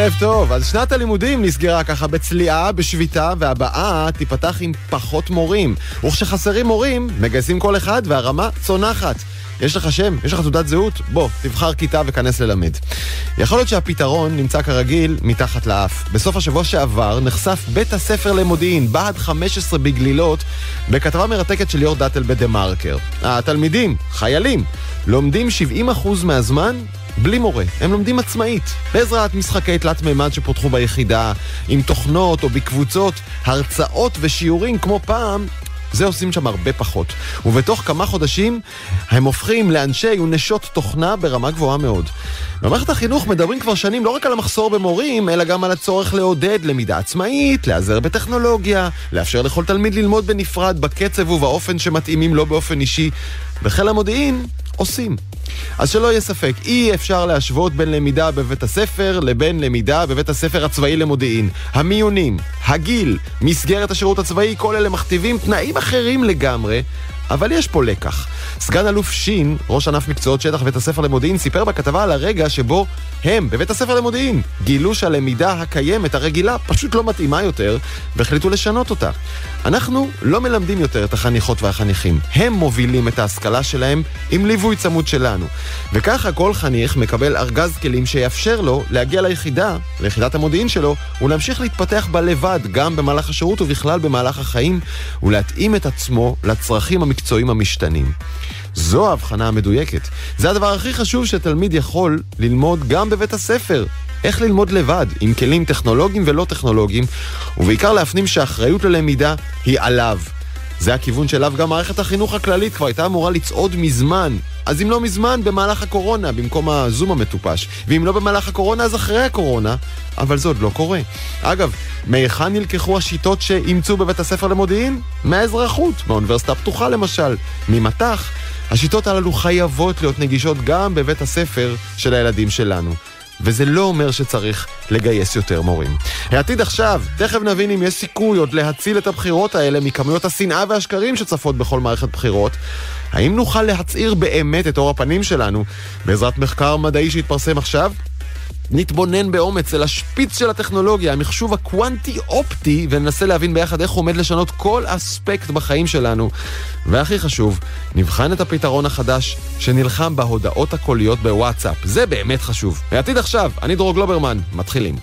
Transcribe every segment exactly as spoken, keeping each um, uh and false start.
ערב טוב. אז שנת הלימודים נסגרה ככה בצליעה, בשביתה, והבאה תיפתח עם פחות מורים. וכשחסרים מורים, מגייסים כל אחד והרמה צונחת. יש לך שם? יש לך תעודת זהות? בוא, תבחר כיתה וכנס ללמד. יכול להיות שהפתרון נמצא כרגיל מתחת לאף. בסוף השבוע שעבר נחשף בית הספר למודיעין, בה"ד חמש עשרה בגלילות, בכתבה מרתקת של ליאור דאטל בדה-מרקר. התלמידים, חיילים, לומדים שבעים אחוז מהזמן בלי מורה. הם לומדים עצמאית, בעזרת משחקי תלת מימד שפותחו ביחידה, עם תוכנות או בקבוצות, הרצאות ושיעורים כמו פעם. זה עושים שם הרבה פחות. ובתוך כמה חודשים הם הופכים לאנשי ונשות תוכנה ברמה גבוהה מאוד. במערכת החינוך מדברים כבר שנים לא רק על המחסור במורים, אלא גם על הצורך לעודד למידה עצמאית, לעזר בטכנולוגיה, לאפשר לכל תלמיד ללמוד בנפרד, בקצב ובאופן שמתאימים לו באופן אישי. בחיל המודיעין עושים. אז שלא יהיה ספק, אי אפשר להשוות בין למידה בבית הספר לבין למידה בבית הספר הצבאי למודיעין. המיונים, הגיל, מסגרת השירות הצבאי, כל אלה מכתיבים תנאים אחרים לגמרי, אבל יש פה לקח. סגן אלוף שין, ראש ענף מקצועות שטח בית הספר למודיעין, סיפר בכתבה על הרגע שבו הם, בבית הספר למודיעין, גילו שהלמידה הקיימת, הרגילה, פשוט לא מתאימה יותר, והחליטו לשנות אותה. אנחנו לא מלמדים יותר את החניכות והחניכים. הם מובילים את ההשכלה שלהם עם ליווי צמוד שלנו. וככה כל חניך מקבל ארגז כלים שיאפשר לו להגיע ליחידה, ליחידת המודיעין שלו, ולהמשיך להתפתח בלבד, גם במהלך השירות ובכלל במהלך החיים, ולהתאים את עצמו לצרכים המקצועיים המשתנים. זו ההבחנה המדויקת. זה הדבר הכי חשוב שתלמיד יכול ללמוד גם בבית הספר. איך ללמוד לבד, עם כלים טכנולוגיים ולא טכנולוגיים, ובעיקר להפנים שהאחריות ללמידה היא עליו. זה הכיוון שאליו גם מערכת החינוך הכללית כבר הייתה אמורה לצעוד מזמן. אז אם לא מזמן, במהלך הקורונה, במקום הזום המטופש. ואם לא במהלך הקורונה, אז אחרי הקורונה. אבל זה עוד לא קורה. אגב, מהיכן נלקחו השיטות שאימצו בבית הספר למודיעין? מהאזרחות, מהאוניברסיטה הפתוחה למשל, ממתח. השיטות הללו חייבות להיות נגישות גם בבית הספר של הילדים שלנו. וזה לא אומר שצריך לגייס יותר מורים. העתיד עכשיו, תכף נבין אם יש סיכוי עוד להציל את הבחירות האלה מכמויות השנאה והשקרים שצפות בכל מערכת בחירות. האם נוכל להצעיר באמת את אור הפנים שלנו בעזרת מחקר מדעי שהתפרסם עכשיו? נתבונן באומץ אל השפיץ של הטכנולוגיה, המחשוב הקוונטי-אופטי, וננסה להבין ביחד איך הוא עומד לשנות כל אספקט בחיים שלנו. והכי חשוב, נבחן את הפתרון החדש שנלחם בהודעות הקוליות בוואטסאפ. זה באמת חשוב. העתיד עכשיו, אני דרור גלוברמן, מתחילים.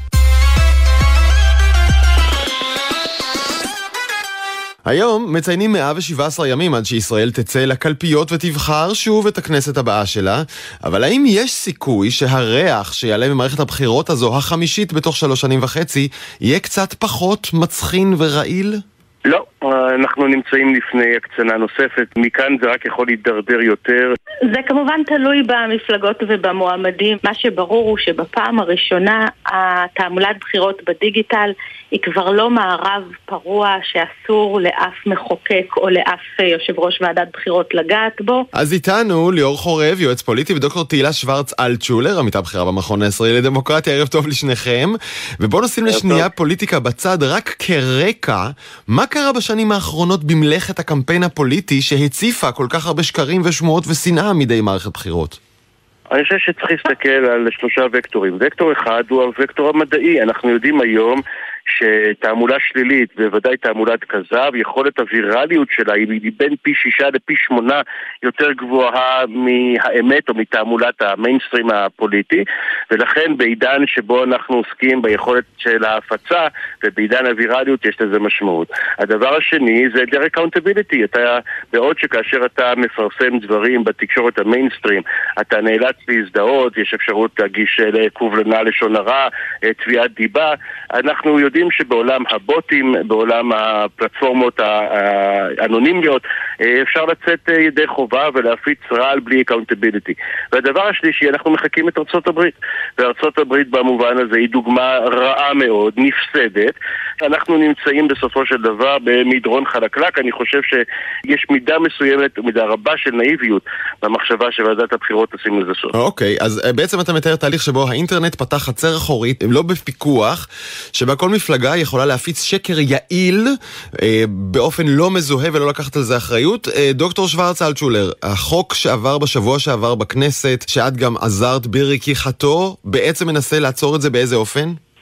היום מציינים מאה ושבעה עשר ימים עד שישראל תצא לקלפיות ותבחר שוב את הכנסת הבאה שלה, אבל האם יש סיכוי שהריח שיעלה ממערכת הבחירות הזו, החמישית בתוך שלוש שנים וחצי, יהיה קצת פחות מצחין ורעיל? לא, אנחנו נמצאים לפני הקצנה נוספת, מכאן זה רק יכול להידרדר יותר. זה כמובן תלוי במפלגות ובמועמדים. מה שברור הוא שבפעם הראשונה התעמולת בחירות בדיגיטל היא כבר לא מערב פרוע שאסור לאף מחוקק או לאף יושב ראש ועדת בחירות לגעת בו. אז איתנו ליאור חורב, יועץ פוליטי, ודוקטור תהילה שוורץ אלטשולר, עמיתה בכירה במכון הישראלי לדמוקרטיה. ערב טוב לשניכם. ובואו נשים לשנייה פוליטיקה בצד רק כרקע. מה קרה בשנים האחרונות במלאכת הקמפיין הפוליטי שהציפה כל כך הרבה שקרים ושמועות ושנאה מדי מערכת בחירות? אני חושב שצריך להסתכל על שלושה וקטורים. וקטור אחד הוא הוקטור המדעי. אנחנו יודעים היום שתעמולה שלילית, בוודאי תעמולת כזב, יכולת הווירליות שלה היא בין פי שישה לפי שמונה יותר גבוהה מהאמת או מתעמולת המיינסטרים הפוליטי, ולכן בעידן שבו אנחנו עוסקים ביכולת של ההפצה ובעידן הווירליות יש לזה משמעות. הדבר השני זה היעדר accountability. אתה, בעוד שכאשר אתה מפרסם דברים בתקשורת המיינסטרים, אתה נאלץ להזדהות, יש אפשרות להגיש קובלנה לשון הרע, תביעת דיבה. אנחנו יודעים שבעולם הבוטים, בעולם הפלטפורמות האנונימיות, אפשר לצאת ידי חובה ולהפיץ רעל בלי accountability. והדבר השלישי, אנחנו מחכים את ארצות הברית. וארצות הברית במובן הזה היא דוגמה רעה מאוד, נפסדת. אנחנו נמצאים בסופו של דבר במדרון חלקלק. אני חושב שיש מידה מסוימת, מידה רבה של נאיביות במחשבה שוועדת הבחירות עושים לזה סוף. אוקיי, אז בעצם אתה מתאר תהליך שבו האינטרנט פתח חצר אחורית, לא בפיקוח, שבה כל מפלגה יכולה להפיץ שקר יעיל אה, באופן לא מזוהה ולא לקחת על זה אחריות. אה, דוקטור שוורץ אלטשולר, החוק שעבר בשבוע שעבר בכנסת, שאת גם עזרת ברקיחתו, בעצם מנסה לעצור את זה באיזה אופן?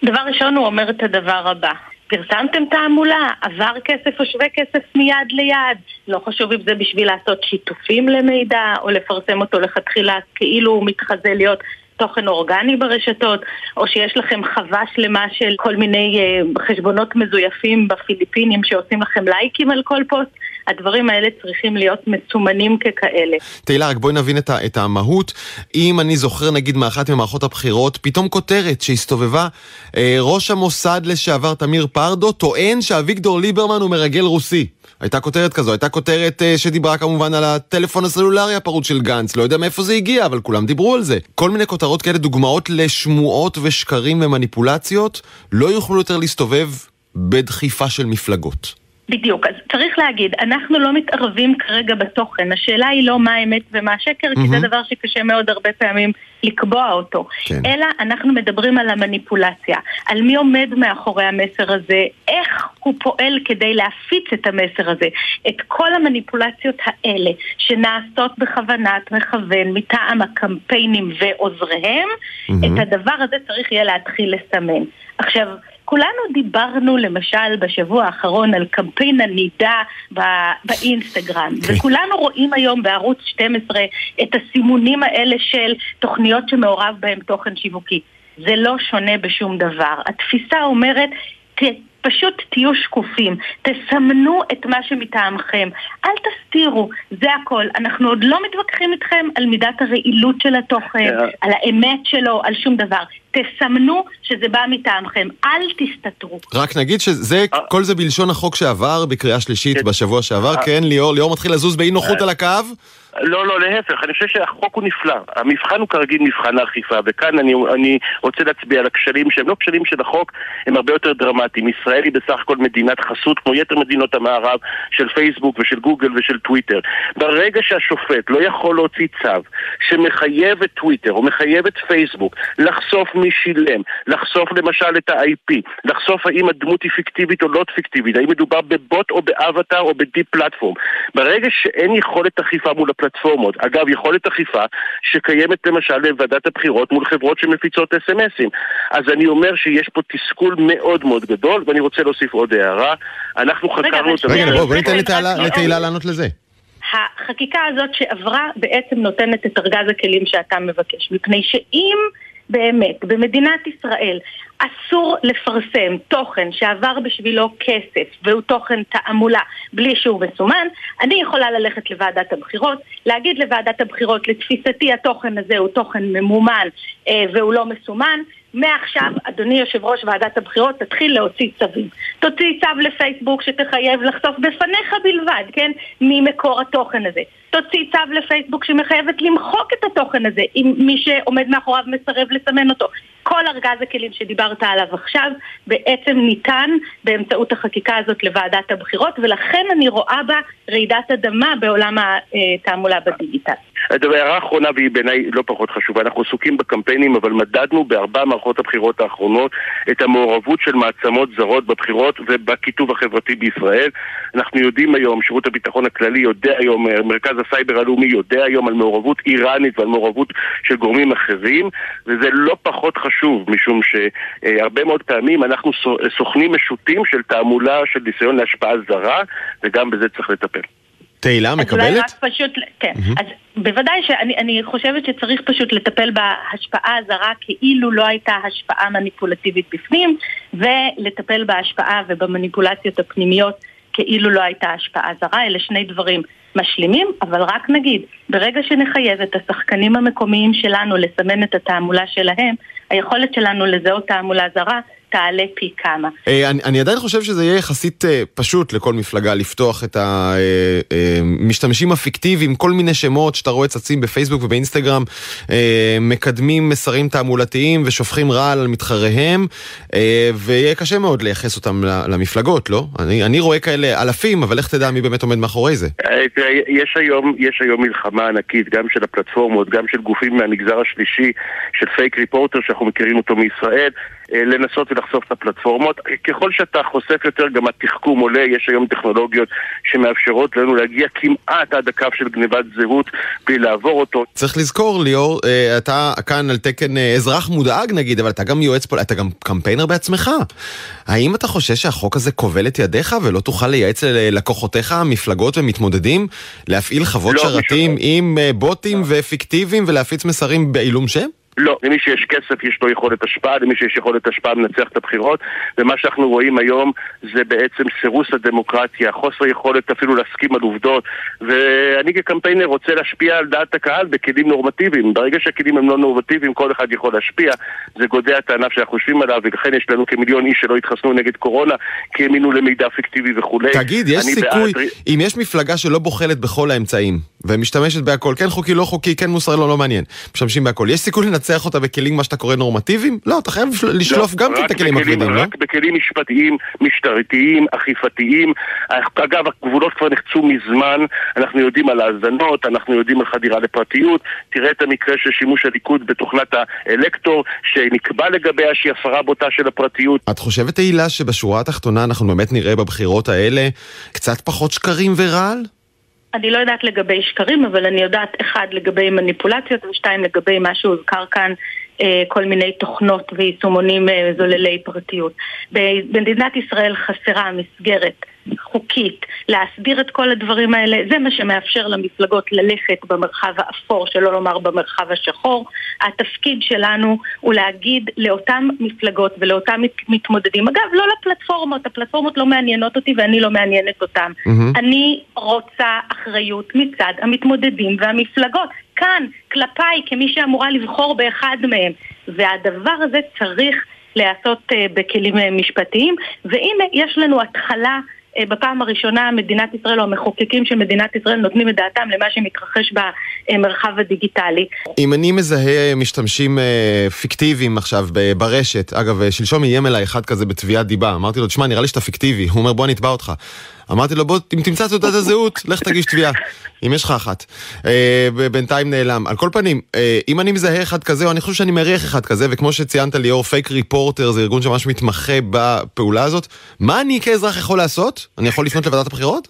דבר ראשון הוא אומר את הדבר הבא. פרסמתם תעמולה, עבר כסף או שווה כסף מיד ליד. לא חשוב אם זה בשביל לעשות שיתופים למידע, או לפרסם אותו לכתחילה כאילו הוא מתחזה להיות תוכן אורגני ברשתות, או שיש לכם חווה שלמה של כל מיני uh, חשבונות מזויפים בפיליפינים שעושים לכם לייקים על כל פוסט. הדברים האלה צריכים להיות מסומנים ככאלה. תהילה, רק בואי נבין את, ה- את המהות. אם אני זוכר נגיד מאחת ממערכות הבחירות, פתאום כותרת שהסתובבה, אה, ראש המוסד לשעבר תמיר פרדו טוען שאביגדור ליברמן הוא מרגל רוסי. הייתה כותרת כזו, הייתה כותרת אה, שדיברה כמובן על הטלפון הסלולרי הפרוץ של גנץ. לא יודע מאיפה זה הגיע, אבל כולם דיברו על זה. כל מיני כותרות כאלה, דוגמאות לשמועות ושקרים ומניפולציות, לא יוכלו יותר להסתובב בדחיפה של מפלגות. בדיוק, אז צריך להגיד, אנחנו לא מתערבים כרגע בתוכן, השאלה היא לא מה האמת ומה השקר, mm-hmm. כי זה דבר שקשה מאוד הרבה פעמים לקבוע אותו, כן. אלא אנחנו מדברים על המניפולציה, על מי עומד מאחורי המסר הזה, איך הוא פועל כדי להפיץ את המסר הזה, את כל המניפולציות האלה שנעשות בכוונת מכוון מטעם הקמפיינים ועוזריהם, mm-hmm. את הדבר הזה צריך יהיה להתחיל לסמן. עכשיו, כולנו דיברנו למשל בשבוע האחרון על קמפיין הנידה באינסטגרם, okay. וכולנו רואים היום בערוץ שתים עשרה את הסימונים האלה של תוכניות שמעורב בהם תוכן שיווקי. זה לא שונה בשום דבר. התפיסה אומרת, פשוט תהיו שקופים, תסמנו את מה שמטעמכם, אל תסתירו, זה הכל. אנחנו עוד לא מתווכחים איתכם על מידת הרעילות של התוכן, yeah. על האמת שלו, על שום דבר. תסמנו שזה בא מטעמכם, אל תסתתרו. רק נגיד שזה, כל זה בלשון החוק שעבר בקריאה שלישית בשבוע שעבר, כן, ליאור, ליאור מתחיל לזוז באי נוחות על הקו. לא, לא, להפך, אני חושב שהחוק הוא נפלא. המבחן הוא כרגיל מבחן האכיפה, וכאן אני, אני רוצה להצביע על הכשלים שהם לא כשלים של החוק, הם הרבה יותר דרמטיים. ישראל היא בסך הכל מדינת חסות, כמו יתר מדינות המערב, של פייסבוק ושל גוגל ושל טוויטר. ברגע שהשופט לא יכול להוציא צו שמחייב את טוויטר או מחייב את פייסבוק לחשוף מי שילם, לחשוף למשל את ה-איי פי, לחשוף האם הדמות היא פיקטיבית או לא פיקטיבית, האם מדובר בבוט או באבטר או בדיפ פלטפורם. ברגע שאין יכולת אכיפה מול הפלטפורמות, אגב, יכולת אכיפה שקיימת למשל לוועדת הבחירות מול חברות שמפיצות אס אם אסים. אז אני אומר שיש פה תסכול מאוד מאוד גדול, ואני רוצה להוסיף עוד הערה. אנחנו חקרנו... רגע, בואו ניתן לתהילה לענות לזה. החקיקה הזאת שעברה בעצם נותנת את ארגז הכלים שאתה מבקש, מפני שאם באמת במדינת ישראל אסור לפרסם תוכן שעבר בשבילו כסף והוא תוכן תעמולה בלי שהוא מסומן, אני יכולה ללכת לוועדת הבחירות, להגיד לוועדת הבחירות, לתפיסתי התוכן הזה הוא תוכן ממומן אה, והוא לא מסומן, מעכשיו, אדוני יושב ראש ועדת הבחירות, תתחיל להוציא צווים. תוציא צו לפייסבוק שתחייב לחשוף בפניך בלבד, כן? ממקור התוכן הזה. תוציא צו לפייסבוק שמחייבת למחוק את התוכן הזה, אם מי שעומד מאחוריו מסרב לסמן אותו. כל ארגז הכלים שדיברת עליו עכשיו, בעצם ניתן באמצעות החקיקה הזאת לוועדת הבחירות, ולכן אני רואה בה רעידת אדמה בעולם התעמולה בדיגיטל. הדבר האחרונה, והיא בעיניי לא פחות חשובה, אנחנו עסוקים בקמפיינים, אבל מדדנו בארבע מערכות הבחירות האחרונות את המעורבות של מעצמות זרות בבחירות ובכיתוב החברתי בישראל. אנחנו יודעים היום, שירות הביטחון הכללי יודע היום, מרכז הסייבר הלאומי יודע היום על מעורבות איראנית ועל מעורבות של גורמים אחרים, וזה לא פחות חשוב, משום שהרבה מאוד פעמים אנחנו סוכנים משוטים של תעמולה של ניסיון להשפעה זרה, וגם בזה צריך לטפל. תהילה, מקבלת? פשוט, כן. אז בוודאי שאני אני חושבת שצריך פשוט לטפל בהשפעה הזרה כאילו לא הייתה השפעה מניפולטיבית בפנים, ולטפל בהשפעה ובמניפולציות הפנימיות כאילו לא הייתה השפעה זרה. אלה שני דברים משלימים, אבל רק נגיד, ברגע שנחייב את השחקנים המקומיים שלנו לסמן את התעמולה שלהם, היכולת שלנו לזהות תעמולה זרה תעלה פי כמה. אני, אני עדיין חושב שזה יהיה יחסית פשוט לכל מפלגה לפתוח את המשתמשים הפיקטיביים, כל מיני שמות שאתה רואה צצים בפייסבוק ובאינסטגרם, מקדמים מסרים תעמולתיים ושופכים רעל על מתחריהם, ויהיה קשה מאוד לייחס אותם למפלגות, לא? אני, אני רואה כאלה אלפים, אבל איך תדע מי באמת עומד מאחורי זה? יש היום, יש היום מלחמה ענקית, גם של הפלטפורמות, גם של גופים מהמגזר השלישי, של פייק ריפורטר שאנחנו מכירים אותו מישראל, לנסות ולחשוף את הפלטפורמות. ככל שאתה חושף יותר גם התחכום עולה, יש היום טכנולוגיות שמאפשרות לנו להגיע כמעט עד הקו של גניבת זהות בלי לעבור אותו. צריך לזכור, ליאור, אתה כאן על תקן אזרח מודאג נגיד, אבל אתה גם יועץ פה, אתה גם קמפיינר בעצמך. האם אתה חושב שהחוק הזה כובל את ידיך ולא תוכל לייעץ ללקוחותיך, מפלגות ומתמודדים, להפעיל חוות לא, שרתים משהו. עם בוטים לא. ואפקטיביים ולהפיץ מסרים בעילום שם? לא, למי שיש כסף יש לו יכולת השפעה, למי שיש יכולת השפעה מנצח את הבחירות, ומה שאנחנו רואים היום זה בעצם סירוס הדמוקרטיה, חוסר יכולת אפילו להסכים על עובדות, ואני כקמפיינר רוצה להשפיע על דעת הקהל בכלים נורמטיביים. ברגע שהכלים הם לא נורמטיביים, כל אחד יכול להשפיע, זה גודע את הענף שאנחנו חושבים עליו, ולכן יש לנו כמיליון איש שלא התחסנו נגד קורונה, כי האמינו למידע פיקטיבי וכו'. תגיד, יש סיכוי, בעד... אם יש מפלגה שלא בוחלת בכל האמצעים, ומשתמשת בהכל, כן חוקי, לא חוקי, כן מוסרי, לא, לא מעניין, משתמשים בהכל, יש סיכוי לנצח אותה בכלים מה שאתה קורא נורמטיביים? לא, אתה חייב לשלוף גם את הכלים הכבדים, לא? רק בכלים משפטיים, משטרתיים, אכיפתיים. אגב, הגבולות כבר נחצו מזמן, אנחנו יודעים על האזנות, אנחנו יודעים על חדירה לפרטיות. תראה את המקרה של שימוש הליכוד בתוכנת האלקטור, שנקבע לגביה שהיא הפרה בוטה של הפרטיות. את חושבת, תהילה, שבשורה התחתונה אנחנו באמת נראה בבחירות האלה קצת פחות שקרים ורעל? אני לא יודעת לגבי שקרים, אבל אני יודעת אחד לגבי מניפולציות ושתיים לגבי מה שהוזכר כאן, כל מיני תוכנות ויישומונים זוללי פרטיות. במדינת ישראל חסרה מסגרת חוקית להסדיר את כל הדברים האלה. זה מה שמאפשר למפלגות ללכת במרחב האפור, שלא לומר במרחב השחור. התפקיד שלנו הוא להגיד לאותם מפלגות ולאותם מתמודדים, אגב, לא לפלטפורמות, הפלטפורמות לא מעניינות אותי ואני לא מעניינת אותם. Mm-hmm. אני רוצה אחריות מצד המתמודדים והמפלגות. כאן, כלפיי, כמי שאמורה לבחור באחד מהם. והדבר הזה צריך לעשות uh, בכלים uh, משפטיים, והנה יש לנו התחלה, uh, בפעם הראשונה מדינת ישראל או המחוקקים של מדינת ישראל נותנים את דעתם למה שמתרחש במרחב הדיגיטלי. אם אני מזהה משתמשים uh, פיקטיביים עכשיו ברשת, אגב, שלשום איים אליי אחד כזה בתביעת דיבה, אמרתי לו, תשמע, נראה לי שאתה פיקטיבי, הוא אומר, בוא נתבע אותך. אמרתי לו, בוא, אם תמצא תעודת הזהות, לך תגיש תביעה, אם יש לך אחת. אה, בינתיים נעלם. על כל פנים, אה, אם אני מזהה אחד כזה, או אני חושב שאני מריח אחד כזה, וכמו שציינת ליאור, פייק ריפורטר, זה ארגון שממש מתמחה בפעולה הזאת, מה אני כאזרח יכול לעשות? אני יכול לפנות לוועדת הבחירות?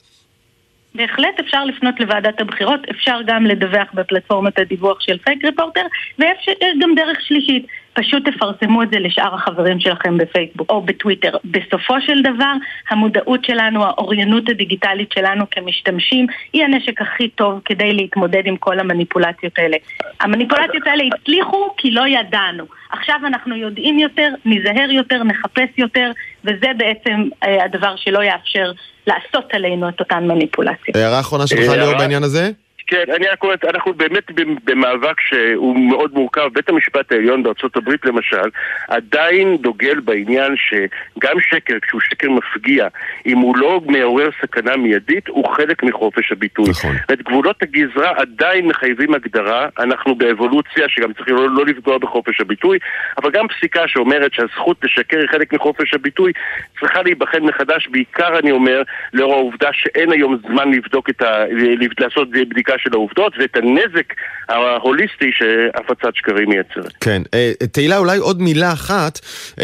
בהחלט אפשר לפנות לוועדת הבחירות, אפשר גם לדווח בפלטפורמת הדיווח של פייק ריפורטר, ויש גם דרך שלישית. פשוט תפרסמו את זה לשאר החברים שלכם בפייסבוק או בטוויטר. בסופו של דבר, המודעות שלנו, האוריינות הדיגיטלית שלנו כמשתמשים, היא הנשק הכי טוב כדי להתמודד עם כל המניפולציות האלה. המניפולציות האלה הצליחו כי לא ידענו. עכשיו אנחנו יודעים יותר, נזהר יותר, נחפש יותר, וזה בעצם אה, הדבר שלא יאפשר לעשות עלינו את אותן מניפולציות. הערה האחרונה שלך ליאור בעניין הזה? כן, אני אקורא, אנחנו באמת במאבק שהוא מאוד מורכב. בית המשפט העליון בארצות הברית למשל עדיין דוגל בעניין שגם שקר, כשהוא שקר מפגיע, אם הוא לא מעורר סכנה מיידית, הוא חלק מחופש הביטוי. נכון. את גבולות הגזרה עדיין מחייבים הגדרה, אנחנו באבולוציה שגם צריכים לא, לא לפגוע בחופש הביטוי, אבל גם פסיקה שאומרת שהזכות לשקר היא חלק מחופש הביטוי, צריכה להיבחן מחדש, בעיקר אני אומר, לאור העובדה שאין היום זמן לבדוק את ה... לעשות בדיקה של העובדות ואת הנזק ההוליסטי שהפצת שקרים מייצרת. כן. תהילה, אולי עוד מילה אחת.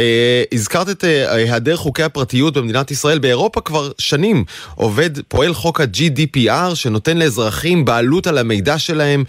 הזכרת את היעדר חוקי הפרטיות במדינת ישראל. באירופה כבר שנים עובד, פועל חוק ה-ג'י די פי אר שנותן לאזרחים בעלות על המידע שלהם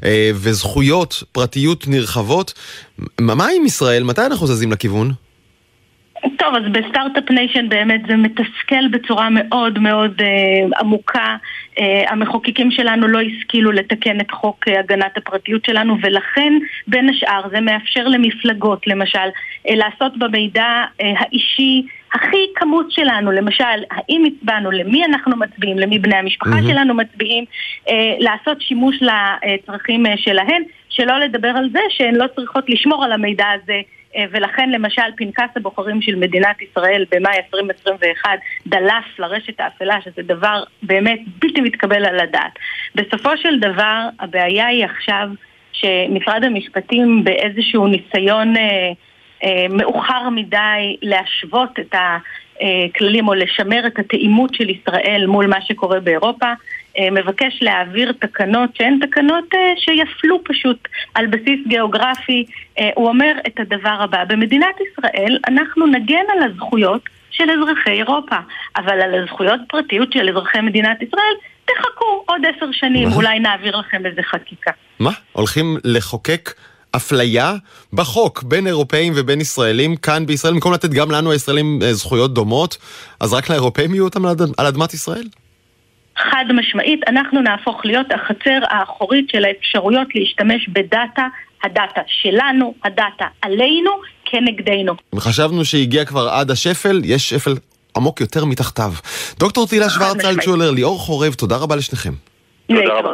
וזכויות פרטיות נרחבות. מה עם ישראל? מתי אנחנו זזים לכיוון? טוב, אז בסטארט-אפ ניישן באמת זה מתסכל בצורה מאוד מאוד אה, עמוקה. אה, המחוקקים שלנו לא השכילו לתקן את חוק אה, הגנת הפרטיות שלנו, ולכן בין השאר זה מאפשר למפלגות, למשל, אה, לעשות במידע אה, האישי הכי כמות שלנו, למשל, האם הצבענו, למי אנחנו מצביעים, למי בני המשפחה mm-hmm. שלנו מצביעים, אה, לעשות שימוש לצרכים אה, שלהן, שלא לדבר על זה שהן לא צריכות לשמור על המידע הזה, ולכן למשל פנקס הבוחרים של מדינת ישראל במאי עשרים עשרים ואחת דלף לרשת האפלה, שזה דבר באמת בלתי מתקבל על הדעת. בסופו של דבר הבעיה היא עכשיו שמשרד המשפטים באיזשהו ניסיון אה, אה, מאוחר מדי להשוות את הכללים או לשמר את התאימות של ישראל מול מה שקורה באירופה, מבקש להעביר תקנות שהן תקנות שיפלו פשוט על בסיס גיאוגרפי. הוא אומר את הדבר הבא: במדינת ישראל אנחנו נגן על הזכויות של אזרחי אירופה, אבל על הזכויות פרטיות של אזרחי מדינת ישראל תחכו עוד עשר שנים, מה? אולי נעביר לכם איזה חקיקה. מה? הולכים לחוקק אפליה בחוק בין אירופאים ובין ישראלים כאן בישראל, במקום לתת גם לנו הישראלים זכויות דומות, אז רק לאירופאים יהיו אותם על אדמת ישראל? חד משמעית, אנחנו נהפוך להיות החצר האחורית של האפשרויות להשתמש בדאטה, הדאטה שלנו, הדאטה עלינו, כנגדנו. חשבנו שהגיע כבר עד השפל, יש שפל עמוק יותר מתחתיו. דוקטור תהילה שוורץ-אלטשולר, ליאור חורב, תודה רבה לשניכם. תודה רבה.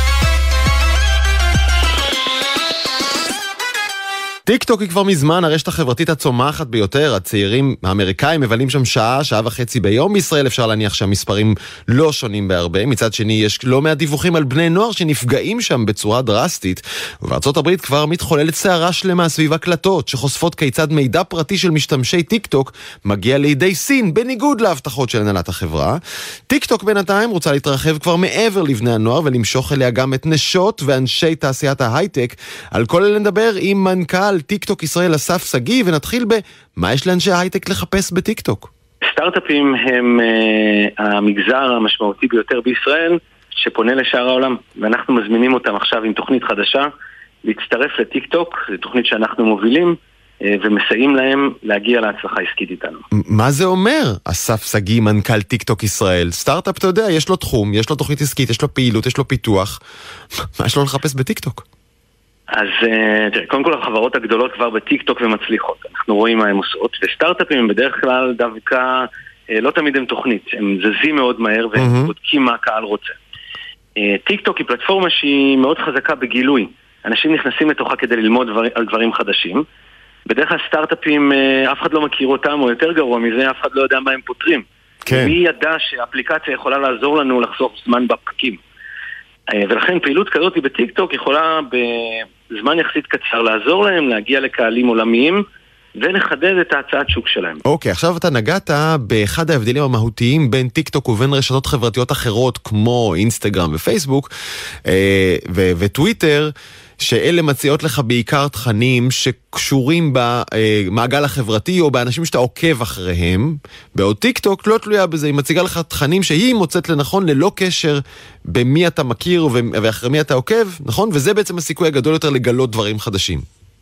טיק טוק היא כבר מזמן הרשת החברתית הצומחת ביותר. הצעירים האמריקאים מבלים שם שעה, שעה וחצי ביום. בישראל אפשר להניח שהמספרים לא שונים בהרבה. מצד שני, יש לא מעט דיווחים על בני נוער שנפגעים שם בצורה דרסטית. ובארצות הברית כבר מתחוללת סערה שלמה סביב הקלטות שחושפות כיצד מידע פרטי של משתמשי טיק טוק מגיע לידי סין, בניגוד להבטחות של הנהלת החברה. טיק טוק בינתיים רוצה להתרחב כבר מעבר לבני הנוער ולמשוך אליה גם את נשות ואנשי תעשיית ההייטק. על כל אלה נדבר עם מנכ"ל טיק טוק ישראל אסף סגי, ונתחיל במה יש לאנשי ההייטק לחפש בטיק טוק. סטארט-אפים הם uh, המגזר המשמעותי ביותר בישראל שפונה לשאר העולם, ואנחנו מזמינים אותם עכשיו עם תוכנית חדשה להצטרף לטיק טוק. זו תוכנית שאנחנו מובילים uh, ומסייעים להם להגיע להצלחה עסקית איתנו. מה זה אומר, אסף סגי, מנכ"ל טיק טוק ישראל? סטארט-אפ, אתה יודע, יש לו תחום, יש לו תוכנית עסקית, יש לו פעילות, יש לו פיתוח. מה יש לו לחפש בטיק טוק? אז תראה, קודם כל החברות הגדולות כבר בטיק טוק ומצליחות, אנחנו רואים מה הם עושות, וסטארט-אפים הם בדרך כלל דווקא לא תמיד הם תוכנית, הם זזים מאוד מהר והם בודקים מה הקהל רוצה. טיק טוק היא פלטפורמה שהיא מאוד חזקה בגילוי, אנשים נכנסים לתוכה כדי ללמוד דבר, על דברים חדשים. בדרך כלל סטארט-אפים אף אחד לא מכיר אותם, או יותר גרוע מזה, אף אחד לא יודע מה הם פותרים. כן. מי ידע שהאפליקציה יכולה לעזור לנו לחסוך זמן בפקקים? ולכן פעילות כזאת בטיק טוק יכולה בזמן יחסית קצר לעזור להם להגיע לקהלים עולמיים ולחדד את ההצעת שוק שלהם. אוקיי, עכשיו אתה נגעת באחד ההבדלים המהותיים בין טיק טוק ובין רשתות חברתיות אחרות כמו אינסטגרם ופייסבוק ו- וטוויטר, שאלה מציעות לך בעיקר תכנים שקשורים במעגל החברתי או באנשים שאתה עוקב אחריהם. בעוד טיק טוק לא תלויה בזה, היא מציגה לך תכנים שהיא מוצאת לנכון ללא קשר במי אתה מכיר ואחרי מי אתה עוקב, נכון? וזה בעצם הסיכוי הגדול יותר לגלות דברים חדשים.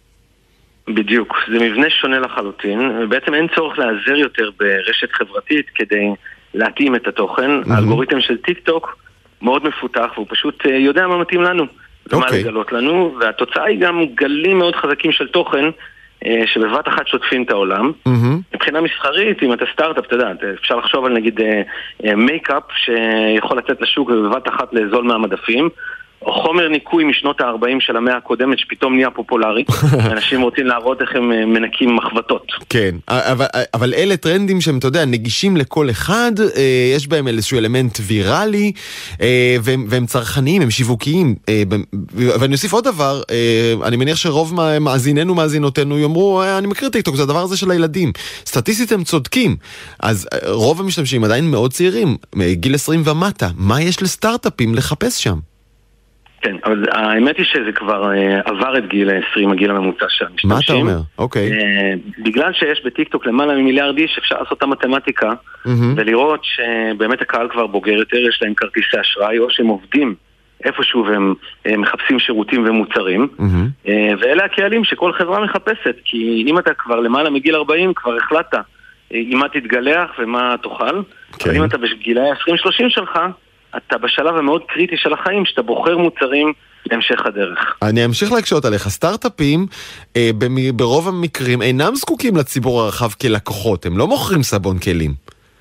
בדיוק, זה מבנה שונה לחלוטין, ובעצם אין צורך לעזר יותר ברשת חברתית כדי להתאים את התוכן. Mm-hmm. האלגוריתם של טיק טוק מאוד מפותח, והוא פשוט יודע מה מתאים לנו. ומה okay. לגלות לנו, והתוצאה היא גם גלים מאוד חזקים של תוכן אה, שבבת אחת שוטפים את העולם. Mm-hmm. מבחינה מסחרית, אם אתה סטארט-אפ, אתה יודע, אפשר לחשוב על נגיד אה, אה, מייקאפ שיכול לצאת לשוק ובבת אחת לאזול מהמדפים, או חומר ניקוי משנות ה-ארבעים של המאה הקודמת שפתאום נהיה פופולרי, אנשים רוצים להראות איך הם מנקים מחבטות. כן, אבל, אבל אלה טרנדים שהם, אתה יודע, נגישים לכל אחד, יש בהם איזשהו אלמנט ויראלי, והם, והם צרכניים, הם שיווקיים, ואני אוסיף עוד דבר, אני מניח שרוב מאזיננו, מאזינותינו, יאמרו, אני מכיר טיק טוק, זה הדבר הזה של הילדים. סטטיסטית הם צודקים, אז רוב המשתמשים עדיין מאוד צעירים, גיל עשרים ומטה, מה יש לסטארט-אפים לחפש שם? כן, אבל האמת היא שזה כבר עבר את גיל עשרים, הגיל הממוצע של המשתמשים. מה אתה אומר? אוקיי. בגלל שיש בטיקטוק למעלה ממיליארד איש, אפשר לעשות את המתמטיקה, ולראות שבאמת הקהל כבר בוגר יותר, יש להם כרטיסי אשראי, או שהם עובדים איפשהו והם מחפשים שירותים ומוצרים, ואלה הקהלים שכל חברה מחפשת, כי אם אתה כבר למעלה מגיל ארבעים, כבר החלטת אם מה תתגלח ומה תאכל, אבל אם אתה בגילי עשרים שלושים שלך, אתה בשלב המאוד קריטי של החיים, שאתה בוחר מוצרים להמשך הדרך. אני אמשיך להקשות עליך. סטארט-אפים, אה, ברוב המקרים, אינם זקוקים לציבור הרחב כלקוחות. הם לא מוכרים סבון כלים.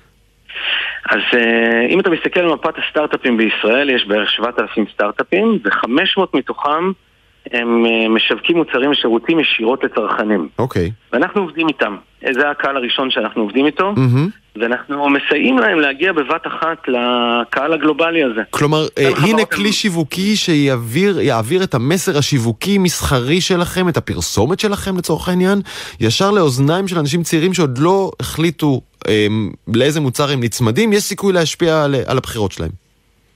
אז אה, אם אתה מסתכל על מפת הסטארט-אפים בישראל, יש בערך שבעת אלפים סטארט-אפים, ו-חמש מאות מתוכם הם אה, משווקים מוצרים ושירותים ישירות לצרכנים. אוקיי. ואנחנו עובדים איתם. זה הקהל הראשון שאנחנו עובדים איתו. Mm-hmm. ואנחנו מסייעים להם להגיע בבת אחת לקהל הגלובלי הזה. כלומר, הנה כלי שיווקי שיעביר יעביר את המסר השיווקי מסחרי שלכם, את הפרסומת שלכם לצורך העניין, ישר לאוזניים של אנשים צעירים שעוד לא החליטו לאיזה מוצר הם נצמדים, יש סיכוי להשפיע על, על הבחירות שלהם.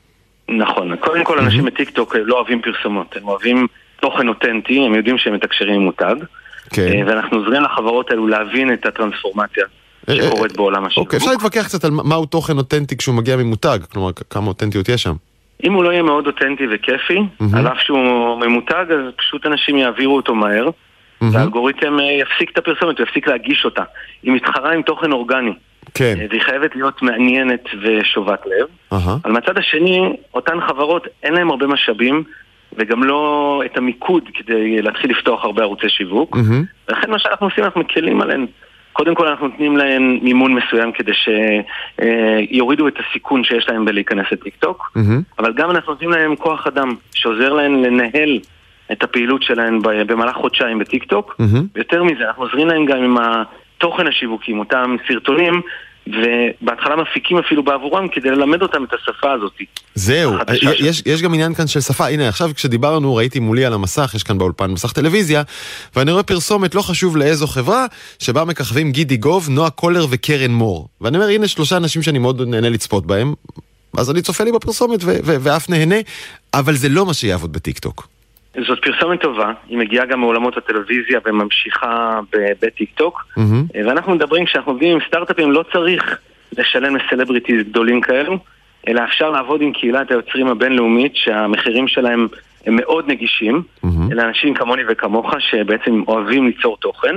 נכון. קודם כל, אנשים בטיקטוק לא אוהבים פרסומות, הם אוהבים תוכן אותנטי, הם יודעים שהם מתקשרים עם מותג, ואנחנו עוזרים לחברות האלו להבין את הטרנספורמציה שקורית בעולם השיווק. אוקיי, אפשר להתווכח קצת על מהו תוכן אותנטי כשהוא מגיע ממותג, כלומר, כמה אותנטיות יש שם. אם הוא לא יהיה מאוד אותנטי וכיפי, על אף שהוא ממותג, אז פשוט אנשים יעבירו אותו מהר, והאלגוריתם יפסיק את הפרסומת, הוא יפסיק להגיש אותה. היא מתחרה עם תוכן אורגני. כן. והיא חייבת להיות מעניינת ושובת לב. על מצד השני, אותן חברות אין להן הרבה משאבים, וגם לא את המיקוד כדי להתחיל לפתוח הרבה ערוצי שיווק. ולכן מה שאנחנו עושים, אנחנו מקלים עליהן. קודם כל אנחנו נותנים להן מימון מסוים כדי שיורידו את הסיכון שיש להן בלהיכנס לטיקטוק, אבל גם אנחנו נותנים להן כוח אדם שעוזר להן לנהל את הפעילות שלהן במהלך חודשיים בטיקטוק, ויותר מזה, אנחנו עוזרים להן גם עם התוכן השיווקי, עם אותם סרטונים, ובהתחלה מפיקים אפילו בעבורם כדי ללמד אותם את השפה הזאת. זהו, יש, יש גם עניין כאן של שפה. הנה, עכשיו כשדיברנו, ראיתי מולי על המסך, יש כאן באולפן מסך טלוויזיה, ואני רואה פרסומת, לא חשוב לאיזו חברה, שבה מככבים גידי גוב, נועה קולר וקרן מור. ואני אומר, הנה שלושה אנשים שאני מאוד נהנה לצפות בהם, אז אני צופה לי בפרסומת ו- ו- ואף נהנה, אבל זה לא מה שיעבוד בטיקטוק. זאת פרסומת טובה, היא מגיעה גם מעולמות הטלוויזיה וממשיכה בטיקטוק, mm-hmm. ואנחנו מדברים, כשאנחנו עובדים עם סטארט-אפים, לא צריך לשלם לסלבריטיז גדולים כאלו, אלא אפשר לעבוד עם קהילת היוצרים הבינלאומית, שהמחירים שלהם הם מאוד נגישים, mm-hmm. אלה אנשים כמוני וכמוך, שבעצם אוהבים ליצור תוכן,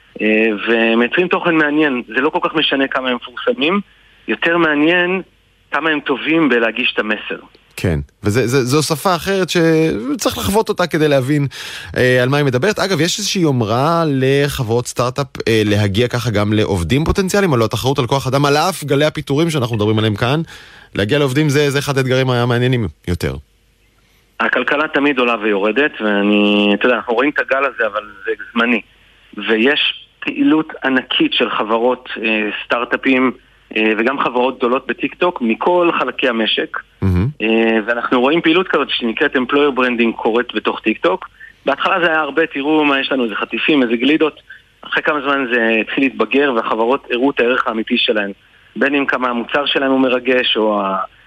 ומייצרים תוכן מעניין. זה לא כל כך משנה כמה הם מפורסמים, יותר מעניין כמה הם טובים בלהגיש את המסר. כן, וזו שפה אחרת שצריך לחוות אותה כדי להבין אה, על מה היא מדברת. אגב, יש איזושהי יומרה לחברות סטארט-אפ אה, להגיע ככה גם לעובדים פוטנציאליים, או לא תחרות על כוח אדם, על אף גלי הפיתורים שאנחנו מדברים עליהם כאן, להגיע לעובדים זה, זה אחד האתגרים המעניינים יותר. הכלכלה תמיד עולה ויורדת, ואני, אתה יודע, אנחנו רואים את הגל הזה, אבל זה זמני. ויש פעילות ענקית של חברות אה, סטארט-אפים, וגם חברות גדולות בטיקטוק מכל חלקי המשק, mm-hmm. ואנחנו רואים פעילות כזאת שנקראת employer branding קורית בתוך טיקטוק. בהתחלה זה היה הרבה, תראו מה יש לנו, איזה חטיפים, איזה גלידות. אחרי כמה זמן זה התחיל להתבגר, והחברות הראו את הערך האמיתי שלהן, בין אם כמה המוצר שלהם הוא מרגש, או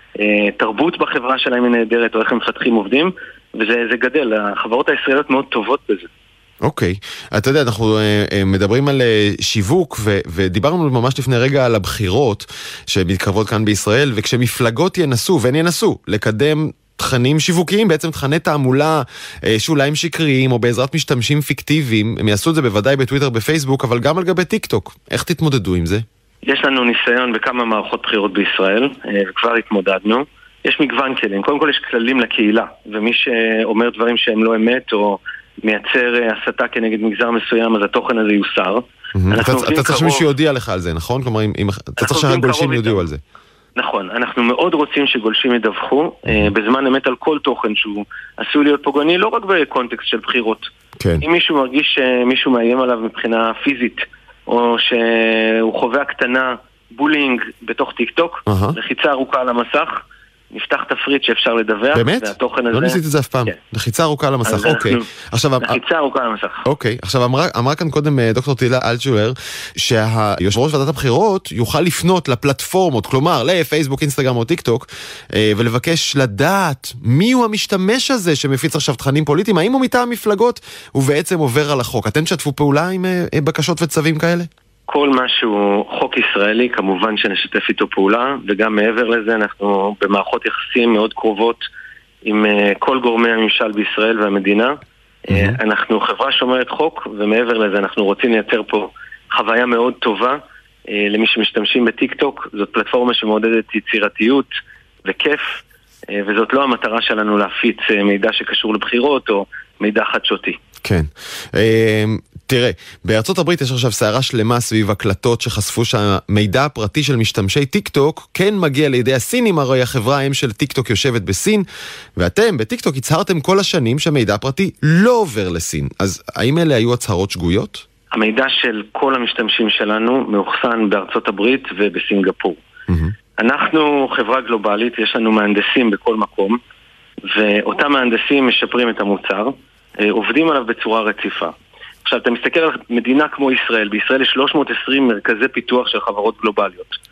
התרבות בחברה שלהם היא נהדרת, או איך הם מפתחים עובדים, וזה זה גדל. החברות הישראליות מאוד טובות בזה. אוקיי, אתה יודע, אנחנו מדברים על שיווק, ודיברנו ממש לפני רגע על הבחירות שמתקרבות כאן בישראל, וכשמפלגות ינסו, והן ינסו, לקדם תכנים שיווקיים, בעצם תכני תעמולה שאולי הם שקריים, או בעזרת משתמשים פיקטיביים, הם יעשו את זה בוודאי בטוויטר, בפייסבוק, אבל גם על גבי טיקטוק. איך תתמודדו עם זה? יש לנו ניסיון בכמה מערכות בחירות בישראל, וכבר התמודדנו. יש מגוון כלים. קודם כל יש כללים לקהילה, ומי שאומר דברים שהם לא אמת, או מייצר הסתה כנגד מגזר מסוים, אז התוכן הזה יוסר. אתה צריך שמישהו יודיע לך על זה, נכון? כלומר, אתה צריך שהגולשים יודיעו על זה. נכון, אנחנו מאוד רוצים שגולשים ידווחו בזמן אמת על כל תוכן שהוא עשוי להיות פוגעני, לא רק בקונטקסט של בחירות. אם מישהו מרגיש שמישהו מאיים עליו מבחינה פיזית, או שהוא חווה קטנה בולינג בתוך טיקטוק, לחיצה ארוכה על המסך, נפתח תפריט שאפשר לדווח. באמת? לא ניסיתי את זה אף פעם. לחיצה ארוכה על המסך, אוקיי. לחיצה ארוכה על המסך. אוקיי, עכשיו אמרה כאן קודם דוקטור תהילה אלטשולר, שהיושב ראש ועדת הבחירות יוכל לפנות לפלטפורמות, כלומר לפייסבוק, אינסטגרם או טיק טוק, ולבקש לדעת מי הוא המשתמש הזה שמפיץ עכשיו תכנים פוליטיים, האם הוא מטעם מפלגות ובעצם עובר על החוק. אתם תשתפו פעולה עם בקשות וצווים כאלה? כל משהו חוק ישראלי, כמובן שנשתף איתו פעולה, וגם מעבר לזה אנחנו במערכות יחסים מאוד קרובות עם כל גורמי הממשל בישראל והמדינה. Mm-hmm. אנחנו חברה שומרת חוק, ומעבר לזה אנחנו רוצים לייצר פה חוויה מאוד טובה למי שמשתמשים בטיק-טוק. זאת פלטפורמה שמעודדת יצירתיות וכיף, וזאת לא המטרה שלנו להפיץ מידע שקשור לבחירות או מידע חדשותי. כן. תראה, בארצות הברית יש עכשיו סערה שלמה סביב הקלטות שחשפו שהמידע הפרטי של משתמשי טיק-טוק כן מגיע לידי הסינים, הרי החברה האם של טיק-טוק יושבת בסין, ואתם בטיק-טוק הצהרתם כל השנים שהמידע הפרטי לא עובר לסין. אז האם אלה היו הצהרות שגויות? המידע של כל המשתמשים שלנו מאוחסן בארצות הברית ובסינגפור. Mm-hmm. אנחנו חברה גלובלית, יש לנו מהנדסים בכל מקום, ואותם מהנדסים משפרים את המוצר, עובדים עליו בצורה רציפה. עכשיו, אתה מסתכל על מדינה כמו ישראל, בישראל יש שלוש מאות ועשרים מרכזי פיתוח של חברות גלובליות.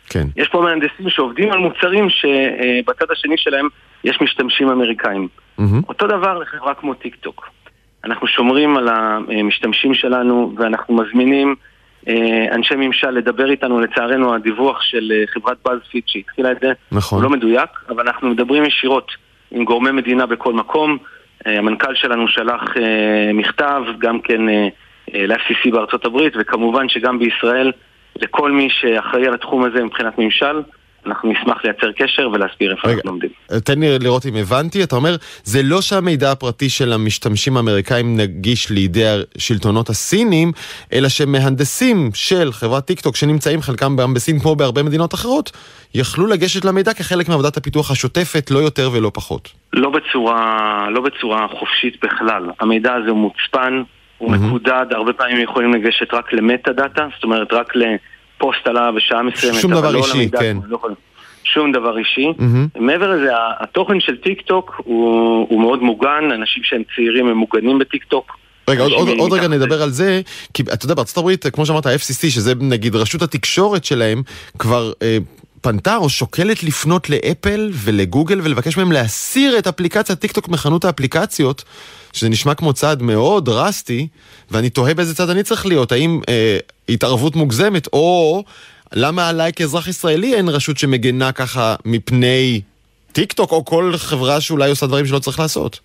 כן. יש פה מהנדסים שעובדים על מוצרים שבצד השני שלהם יש משתמשים אמריקאים. Mm-hmm. אותו דבר לחברה כמו טיק טוק. אנחנו שומרים על המשתמשים שלנו ואנחנו מזמינים אנשי ממשל לדבר איתנו. לצערנו הדיווח של חברת באז-פיד שהתחילה את זה, נכון. הוא לא מדויק, אבל אנחנו מדברים ישירות עם גורמי מדינה בכל מקום. המנכ"ל שלנו שלח מכתב גם כן ל-אף סי סי בארצות הברית, וכמובן שגם בישראל לכל מי שאחראי על התחום הזה מבחינת ממשל, אנחנו נשמח לייצר קשר ולהסביר איפה אנחנו לומדים. תן לי לראות אם הבנתי, אתה אומר, זה לא שהמידע הפרטי של המשתמשים האמריקאים נגיש לידי השלטונות הסינים, אלא שמהנדסים של חברת טיק טוק שנמצאים חלקם גם בסין כמו בהרבה מדינות אחרות, יכלו לגשת למידע כחלק מעבודת הפיתוח השוטפת, לא יותר ולא פחות. לא בצורה, לא בצורה חופשית בכלל. המידע הזה הוא מוצפן, הוא מקודד, הרבה פעמים יכולים לגשת רק למטה דאטה, זאת אומרת רק לפוסט עלה בשעה מסוימת. שום דבר אישי, כן. שום דבר אישי. מעבר לזה, התוכן של טיק טוק הוא מאוד מוגן, אנשים שהם צעירים הם מוגנים בטיק טוק. רגע, עוד רגע נדבר על זה, כי אתה יודע, בארצות הברית, כמו שאמרת, ה-אף סי סי, שזה נגיד רשות התקשורת שלהם, כבר פנתה או שוקלת לפנות לאפל ולגוגל ולבקש מהם להסיר את אפליקציית טיק טוק מחנות האפליקציות, שזה נשמע כמו צעד מאוד דרסטי, ואני תוהה באיזה צעד אני צריך להיות, האם אה, התערבות מוגזמת, או למה עליי כאזרח ישראלי אין רשות שמגנה ככה מפני טיק טוק, או כל חברה שאולי עושה דברים שלא צריך לעשות?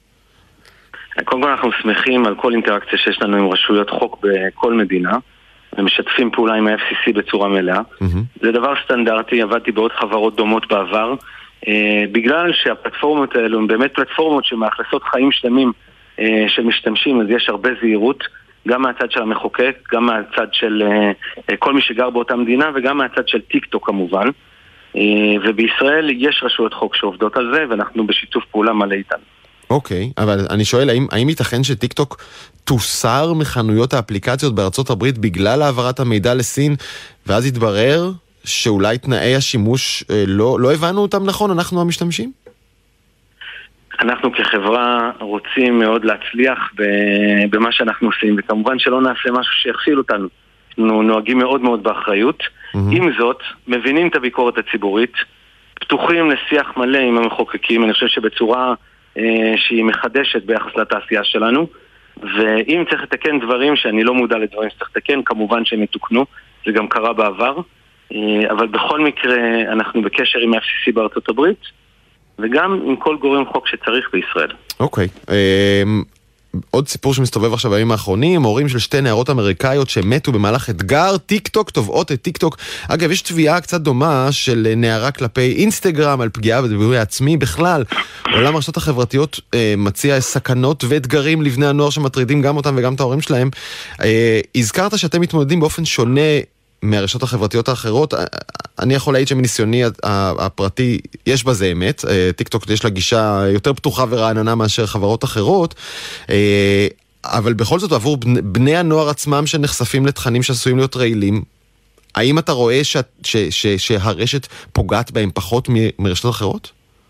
קודם כל אנחנו שמחים על כל אינטראקציה שיש לנו עם רשויות חוק בכל מדינה, ומשתפים פעולה עם ה-אף סי סי בצורה מלאה. Mm-hmm. זה דבר סטנדרטי, עבדתי בעוד חברות דומות בעבר, אה, בגלל שהפלטפורמות האלו הן באמת פלטפורמות שמאכלסות חיים שלמים אה, של משתמשים, אז יש הרבה זהירות, גם מהצד של המחוקק, גם מהצד של אה, כל מי שגר באותה מדינה, וגם מהצד של טיק טוק כמובן. אה, ובישראל יש רשויות חוק שעובדות על זה, ואנחנו בשיתוף פעולה מלא איתן. אוקיי, okay, אבל אני שואל, האם, האם ייתכן שטיק טוק תוסר מחנויות האפליקציות בארצות הברית בגלל העברת המידע לסין, ואז יתברר שאולי תנאי השימוש לא, לא הבנו אותם נכון, אנחנו המשתמשים? אנחנו כחברה רוצים מאוד להצליח במה שאנחנו עושים, וכמובן שלא נעשה משהו שיכשיל אותנו. אנחנו נוהגים מאוד מאוד באחריות. Mm-hmm. עם זאת, מבינים את הביקורת הציבורית, פתוחים לשיח מלא עם המחוקקים, אני חושב שבצורה שהיא מחדשת ביחס לתעשייה שלנו, ואם צריך לתקן דברים שאני לא מודע לדברים שצריך לתקן, כמובן שהם יתוקנו, זה גם קרה בעבר, אבל בכל מקרה אנחנו בקשר עם ה-אף סי סי בארצות הברית, וגם עם כל גורם חוק שצריך בישראל. אוקיי. עוד סיפור שמסתובב עכשיו בימים האחרונים, הורים של שתי נערות אמריקאיות שמתו במהלך אתגר טיק טוק, תובעות את טיק טוק. אגב, יש תביעה קצת דומה של נערה כלפי אינסטגרם על פגיעה בדימוי העצמי בכלל. עולם הרשתות החברתיות אה, מציע סכנות ואתגרים לבני הנוער שמטרידים גם אותם וגם את ההורים שלהם. אה, הזכרת שאתם מתמודדים באופן שונה מהרשתות החברתיות האחרות. אני יכול להעיד שמניסיוני הפרטי יש בזה אמת, טיק טוק יש לה גישה יותר פתוחה ורעננה מאשר חברות אחרות, אבל בכל זאת עבור בני הנוער עצמם שנחשפים לתכנים שעשויים להיות רעילים, האם אתה רואה ש, ש, ש, שהרשת פוגעת בהם פחות מרשתות אחרות?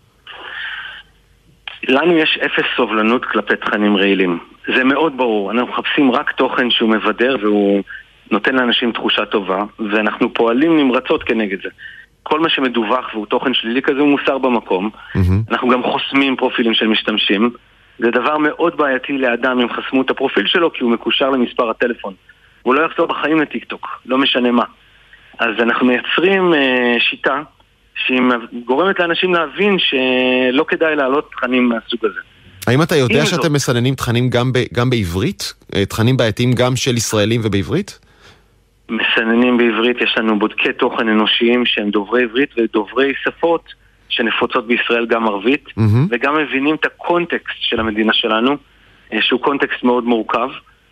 לנו יש אפס סובלנות כלפי תכנים רעילים, זה מאוד ברור. אנחנו מחפשים רק תוכן שהוא מבדר והוא נותן לאנשים תחושה טובה, ואנחנו פועלים נמרצות כנגד זה. כל מה שמדווח והוא תוכן שלילי כזה הוא מוסר במקום. Mm-hmm. אנחנו גם חוסמים פרופילים של משתמשים. זה דבר מאוד בעייתי לאדם אם חסמו את הפרופיל שלו, כי הוא מקושר למספר הטלפון. הוא לא יחזור בחיים לטיק טוק, לא משנה מה. אז אנחנו מייצרים אה, שיטה שהיא גורמת לאנשים להבין שלא כדאי להעלות תכנים מהסוג הזה. האם אתה יודע שאתם מסננים תכנים גם, ב, גם בעברית? תכנים בעייתיים גם של ישראלים ובעברית? מסננים בעברית, יש לנו בודקי תוכן אנושיים שהם דוברי עברית ודוברי שפות שנפוצות בישראל גם ערבית, mm-hmm. וגם מבינים את הקונטקסט של המדינה שלנו, שהוא קונטקסט מאוד מורכב,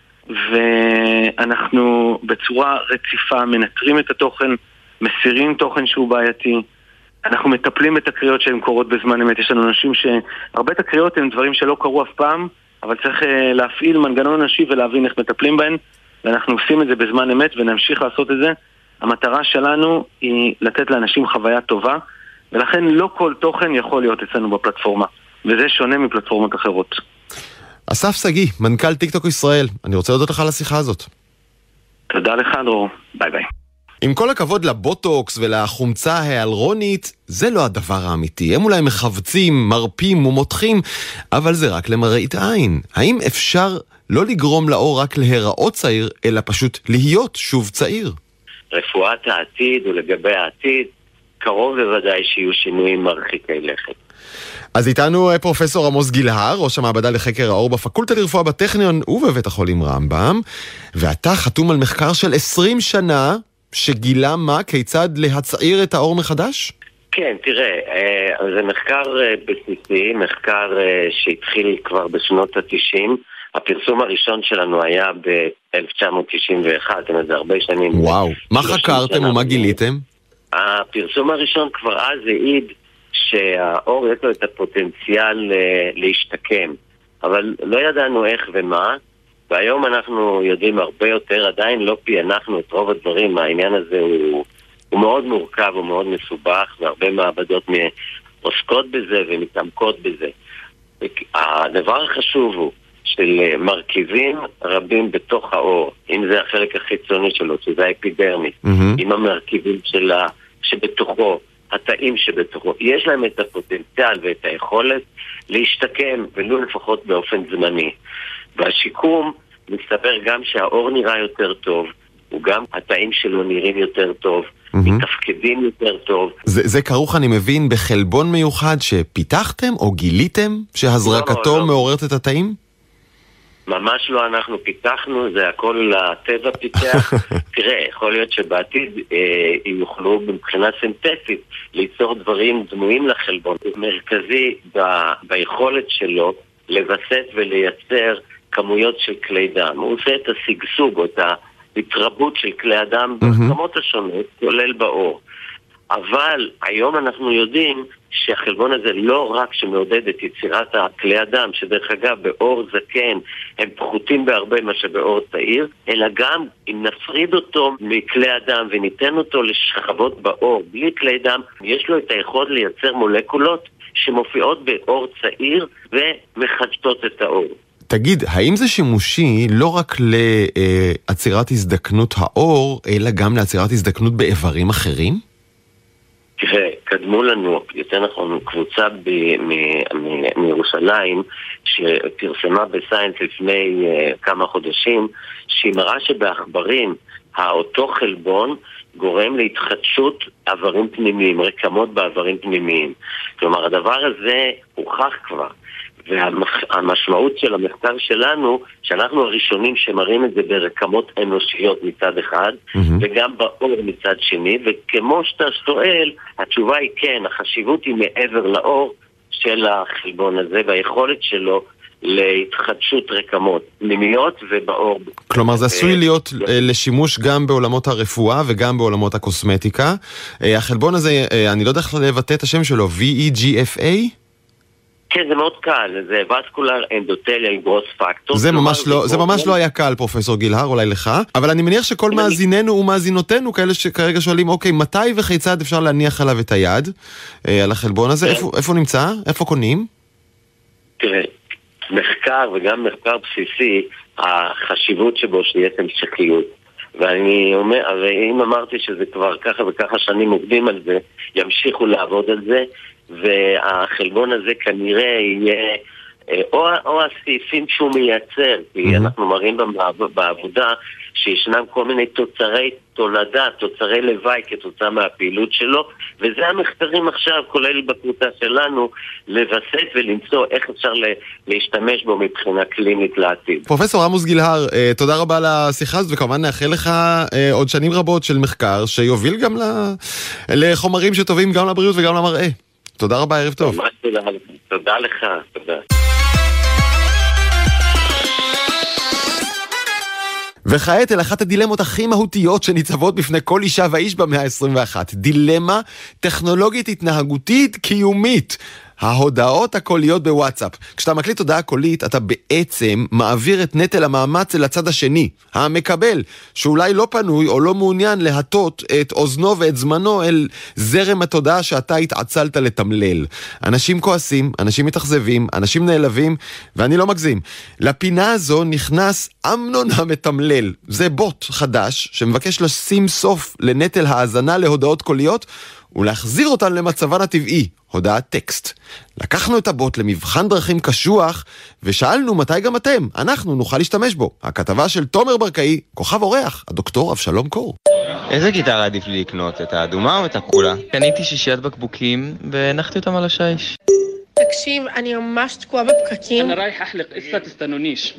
ואנחנו בצורה רציפה מנטרים את התוכן, מסירים תוכן שהוא בעייתי, אנחנו מטפלים את הקריאות שהן קורות בזמן אמת. יש לנו אנשים שהרבה תקריות הן דברים שלא קרו אף פעם, אבל צריך להפעיל מנגנון אנושי ולהבין איך מטפלים בהן, ואנחנו עושים את זה בזמן אמת ונמשיך לעשות את זה. המטרה שלנו היא לתת לאנשים חוויה טובה, ולכן לא כל תוכן יכול להיות אצלנו בפלטפורמה, וזה שונה מפלטפורמות אחרות. אסף סגי, מנכ"ל טיק טוק ישראל, אני רוצה להודות לך על השיחה הזאת. תודה לך דרור, ביי ביי. עם כל הכבוד לבוטוקס ולחומצה ההיאלרונית, זה לא הדבר האמיתי. הם אולי מחבצים, מרפים ומותחים, אבל זה רק למראית עין. האם אפשר לא לגרום לאור רק להיראות צעיר, אלא פשוט להיות שוב צעיר? רפואת העתיד ולגבי העתיד, קרוב בוודאי שיהיו שינויים מרחיקי לכת. אז איתנו פרופסור עמוס גילהר, ראש המעבדה לחקר האור בפקולטה לרפואה בטכניון ובבית החולים רמב"ם, ואתה חתום על מחקר של עשרים שנה שגילה מה, כיצד להצעיר את האור מחדש? כן, תראה, זה מחקר בסיסי, מחקר שהתחיל כבר בשנות ה-תשעים. הפרסום הראשון שלנו היה ב-אלף תשע מאות תשעים ואחת, זאת אומרת, זה הרבה שנים. וואו, מה חקרתם ומה גיליתם? הפרסום הראשון כבר אז העיד שהאור יש לו את הפוטנציאל להשתקם, אבל לא ידענו איך ומה, והיום אנחנו יודעים הרבה יותר, עדיין לא פענחנו את רוב הדברים. העניין הזה הוא, הוא מאוד מורכב, הוא מאוד מסובך, והרבה מעבדות עוסקות בזה ומתעמקות בזה. הדבר החשוב הוא של מרכיבים רבים בתוך האור, אם זה החלק החיצוני שלו, שזה האפידרמיס, mm-hmm. עם המרכיבים שלה, שבתוכו, התאים שבתוכו, יש להם את הפוטנציאל ואת היכולת להשתקם, ולא לפחות באופן זמני. והשיקום מסתבר גם שהאור נראה יותר טוב, וגם התאים שלו נראים יותר טוב, mm-hmm. מתפקדים יותר טוב. זה, זה כרוך, אני מבין, בחלבון מיוחד שפיתחתם או גיליתם שהזרקתו לא, לא. מעוררת את התאים? ממש לא אנחנו פיתחנו, זה הכל הטבע פיתח. תראה, יכול להיות שבעתיד אה, יוכלו מבחינה סינתטית ליצור דברים דמויים לחלבון. מרכזי ב, ביכולת שלו לבסט ולייצר כמויות של כלי דם. הוא עושה את הסגסוג או את ההתרבות של כלי הדם ברמות השונות, כולל באור. אבל היום אנחנו יודעים שהחלבון הזה לא רק שמעודד את יצירת הכלי הדם, שדרך אגב באור זקן הם פחותים בהרבה מה שבאור צעיר, אלא גם אם נפריד אותו מכלי הדם וניתן אותו לשכבות באור בלי כלי דם, יש לו את היכולת לייצר מולקולות שמופיעות באור צעיר ומחדשות את האור. תגיד, האם זה שימושי לא רק לעצירת הזדקנות האור, אלא גם לעצירת הזדקנות באיברים אחרים? תראה, קדמו לנו, יותר נכון, קבוצה מירושלים שפרסמה בסיינס לפני כמה חודשים, שהיא מראה שבעכברים האותו חלבון גורם להתחדשות עברים פנימיים, רקמות בעברים פנימיים. כלומר, הדבר הזה הוכח כבר. והמשמעות של המחקר שלנו, שאנחנו הראשונים שמראים את זה ברקמות אנושיות מצד אחד, mm-hmm. וגם באור מצד שני, וכמו שאתה שואל, התשובה היא כן, החשיבות היא מעבר לאור של החלבון הזה, והיכולת שלו להתחדשות רקמות פנימיות ובאור. כלומר, זה עשוי להיות לשימוש גם בעולמות הרפואה וגם בעולמות הקוסמטיקה. החלבון הזה, אני לא יודע איך לבטא את השם שלו, וי אי ג'י אף איי? כן, זה מאוד קל, זה Vascular Endothelial Growth Factor. זה ממש לא, זה ממש לא היה קל, פרופסור גילהר, אולי לך, אבל אני מניח שכל מאזיננו ומאזינותינו, כאלה שכרגע שואלים, אוקיי, מתי וכיצד אפשר להניח עליו את היד, על החלבון הזה, איפה, איפה נמצא? איפה קונים? תראה, מחקר וגם מחקר בסיסי, החשיבות שבו שיש המשכיות. ואני אומר, הרי אם אמרתי שזה כבר ככה וככה שנים עובדים על זה, ימשיכו לעבוד על זה, והחלבון הזה כנראה יהיה או, או הסעיפים שהוא מייצר, כי mm-hmm. אנחנו מראים בעבודה שישנם כל מיני תוצרי תולדה, תוצרי לוואי כתוצאה מהפעילות שלו, וזה המחקרים עכשיו, כולל בקבוצה שלנו, לבסס ולמצוא איך אפשר להשתמש בו מבחינה קלינית לעתיד. פרופסור עמוס גילהר, תודה רבה על השיחה הזאת, וכמובן נאחל לך עוד שנים רבות של מחקר שיוביל גם לחומרים שטובים גם לבריאות וגם למראה. תודה רבה, ערב טוב. תודה, תודה לך, תודה. וכעת אל אחת הדילמות הכי מהותיות שניצבות בפני כל אישה ואיש במאה ה-עשרים ואחת. דילמה טכנולוגית התנהגותית קיומית. ההודעות הקוליות בוואטסאפ. כשאתה מקליט הודעה קולית, אתה בעצם מעביר את נטל המאמץ אל הצד השני, המקבל, שאולי לא פנוי או לא מעוניין להטות את אוזנו ואת זמנו אל זרם התודעה שאתה התעצלת לתמלל. אנשים כועסים, אנשים מתאכזבים, אנשים נעלבים, ואני לא מגזים. לפינה הזו נכנס אמנון המתמלל. זה בוט חדש שמבקש לשים סוף לנטל האזנה להודעות קוליות ולהחזיר אותן למצבן הטבעי, הודעת טקסט. לקחנו את הבוט למבחן דרכים קשוח ושאלנו מתי גם אתם, אנחנו נוכל להשתמש בו. הכתבה של תומר ברקאי, כוכב אורח, הדוקטור אבשלום קור. איזה גיטרה עדיף לי לקנות? את האדומה או את הכחולה? קניתי שישיית בקבוקים ונחתי אותם על השיש. תקשיב, אני ממש תקועה בפקקים. אני ראיח אחלק, איסה תסתנוניש.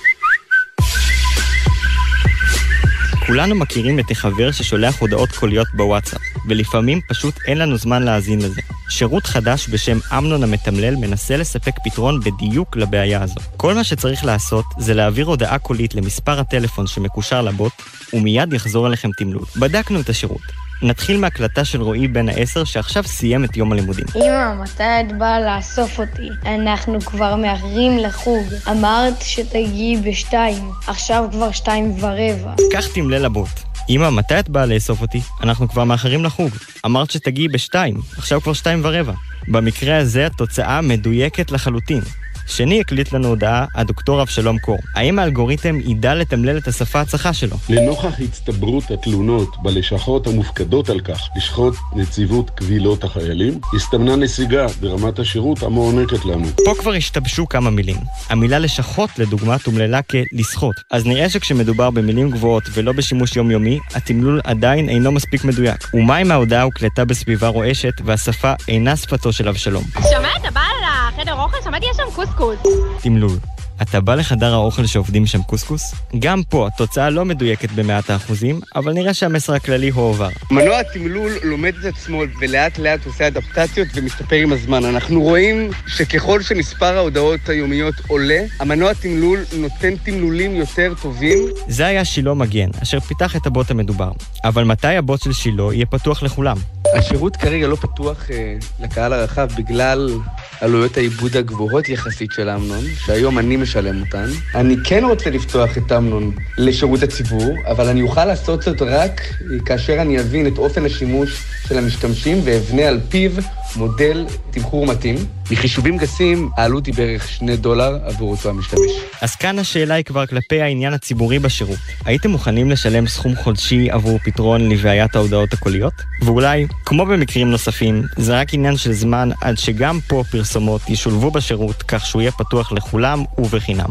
כולנו מכירים את החבר ששולח הודעות קוליות בוואטסאפ, ולפעמים פשוט אין לנו זמן להאזין לזה. שירות חדש בשם אמנון המתמלל מנסה לספק פתרון בדיוק לבעיה הזו. כל מה שצריך לעשות זה להעביר הודעה קולית למספר הטלפון שמקושר לבוט, ומיד יחזור אליכם תמלול. בדקנו את השירות. נתחיל מהקלטה של רועי בן העשר שעכשיו סיים את יום הלימודים. אמא, מתי את באה לאסוף אותי? אנחנו כבר מאחרים לחוג. אמרת שתגיעי בשתיים, עכשיו כבר שתיים ורבע. כך תמלל לבוט. אמא, מתי את באה לאסוף אותי? אנחנו כבר מאחרים לחוג. אמרת שתגיעי בשתיים, עכשיו כבר שתיים ורבע. במקרה הזה התוצאה מדויקת לחלוטין. שני הקליט לנו הודעה, הדוקטור אבשלום קור. האם האלגוריתם ידע לתמלל את השפה הצחה שלו? לנוכח הצטברות התלונות בלשכות המופקדות על כך, לשכות נציבות קבילות החיילים, הסתמנה נסיגה ברמת השירות המוענקת לנו. פה כבר השתבשו כמה מילים. המילה לשכות לדוגמה תומללה כלשכות. אז נראה שכשמדובר במילים גבוהות ולא בשימוש יומיומי, התמלול עדיין אינו מספיק מדויק. ומה אם ההודעה הוקלטה בסביבה רועשת והשפה אינה שפתו של אבשלום? שומע, אתה בא לחדר אוכל? שמעתי יש שם קוסקוס. תמלול. אתה בא לחדר האוכל שעובדים שם קוסקוס? גם פה התוצאה לא מדויקת במאת האחוזים, אבל נראה שהמסר הכללי הוא עובר. מנוע התמלול לומד את עצמו ולאט לאט עושה אדפטציות ומשתפר עם הזמן. אנחנו רואים שככל שמספר ההודעות היומיות עולה, המנוע התמלול נותן תמלולים יותר טובים. זה היה שילה מגן, אשר פיתח את הבוט המדובר. אבל מתי הבוט של שילה יהיה פתוח לכולם? השירות כרגע לא פתוח אה, לקהל הרחב בגלל עלויות העיבוד הגבוהות יחסית של אמנון, שהיום אני משלם אותן. אני כן רוצה לפתוח את אמנון לשירות הציבור, אבל אני אוכל לעשות זאת רק כאשר אני אבין את אופן השימוש של המשתמשים ואבנה על פיו מודל תמחור מתאים. מחישובים גסים, העלות היא בערך שני דולר עבור אותו המשתמש. אז כאן השאלה היא כבר כלפי העניין הציבורי בשירות. הייתם מוכנים לשלם סכום חודשי עבור פתרון לבעיית ההודעות הקוליות? ואולי, כמו במקרים נוספים, זה רק עניין של זמן עד שגם פה פרסומות ישולבו בשירות כך שהוא יהיה פתוח לכולם ובחינם.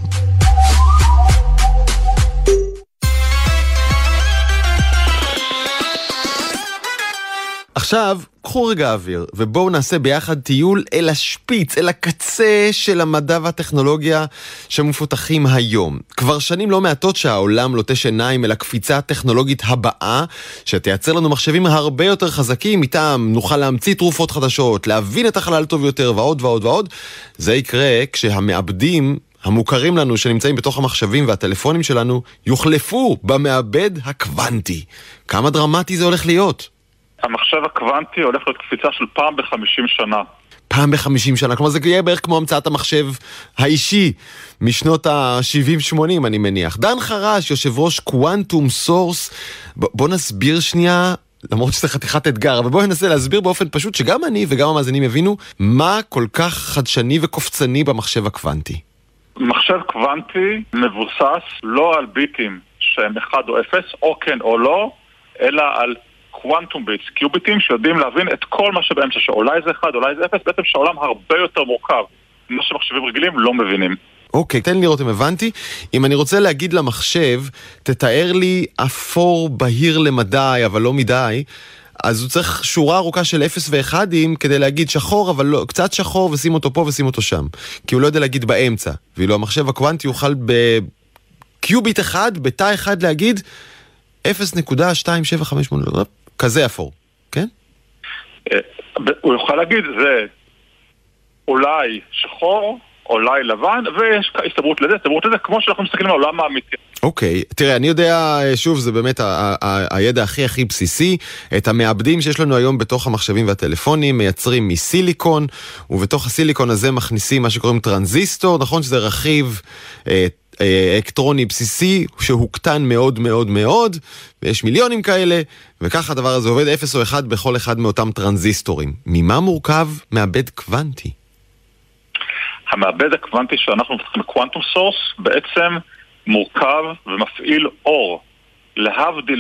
עכשיו, קחו רגע אוויר, ובואו נעשה ביחד טיול אל השפיץ, אל הקצה של המדע והטכנולוגיה שמפותחים היום. כבר שנים לא מעטות שהעולם לוטש עיניים אל הקפיצה הטכנולוגית הבאה, שתייצר לנו מחשבים הרבה יותר חזקים, איתם נוכל להמציא תרופות חדשות, להבין את החלל טוב יותר ועוד ועוד ועוד. זה יקרה כשהמעבדים המוכרים לנו שנמצאים בתוך המחשבים והטלפונים שלנו יוחלפו במעבד הקוונטי. כמה דרמטי זה הולך להיות? המחשב הקוונטי הולך להיות קפיצה של פעם בחמישים שנה. פעם בחמישים שנה, כלומר זה יהיה בערך כמו המצאת המחשב האישי משנות ה-שבעים שמונים אני מניח. דן חרש, יושב ראש קוונטום סורס, בוא נסביר שנייה, למרות שזה חתיכת אתגר, אבל בואו ננסה להסביר באופן פשוט שגם אני וגם המאזינים יבינו מה כל כך חדשני וקופצני במחשב הקוונטי. מחשב קוונטי מבוסס לא על ביטים שהם אחד או אפס, או כן או לא, אלא על קוונטום ביטס, קיוביטים שיודעים להבין את כל מה שבאמצע, שאולי זה אחד, אולי זה אפס, בעצם שהעולם הרבה יותר מורכב. מה שמחשבים רגילים לא מבינים. אוקיי, תן לי לראות אם הבנתי. אם אני רוצה להגיד למחשב, תתאר לי אפור בהיר למדי, אבל לא מדי, אז הוא צריך שורה ארוכה של אפס ואחדים כדי להגיד שחור, אבל לא, קצת שחור ושים אותו פה ושים אותו שם. כי הוא לא יודע להגיד באמצע. ואילו המחשב הקוונטי יוכל בקיוביט אחד, בתא אחד להגיד אפס נקודה שתיים שבע חמש שמונה, כזה אפור, כן? הוא יוכל להגיד, זה אולי שחור, אולי לבן, ויש הסתברות לזה, הסתברות לזה, כמו שאנחנו מסתכלים על העולם האמיתי. אוקיי, תראה, אני יודע, שוב, זה באמת ה- ה- הידע הכי הכי בסיסי, את המעבדים שיש לנו היום בתוך המחשבים והטלפונים, מייצרים מסיליקון, ובתוך הסיליקון הזה מכניסים מה שקוראים טרנזיסטור, נכון שזה רכיב אה, אה, אלקטרוני בסיסי, שהוא קטן מאוד מאוד מאוד, ויש מיליונים כאלה, וכך הדבר הזה עובד אפס או אחד בכל אחד מאותם טרנזיסטורים. ממה מורכב מעבד קוונטי? המעבד הקוונטי שאנחנו מפתחים קוונטום סורס בעצם מורכב ומפעיל אור, להבדיל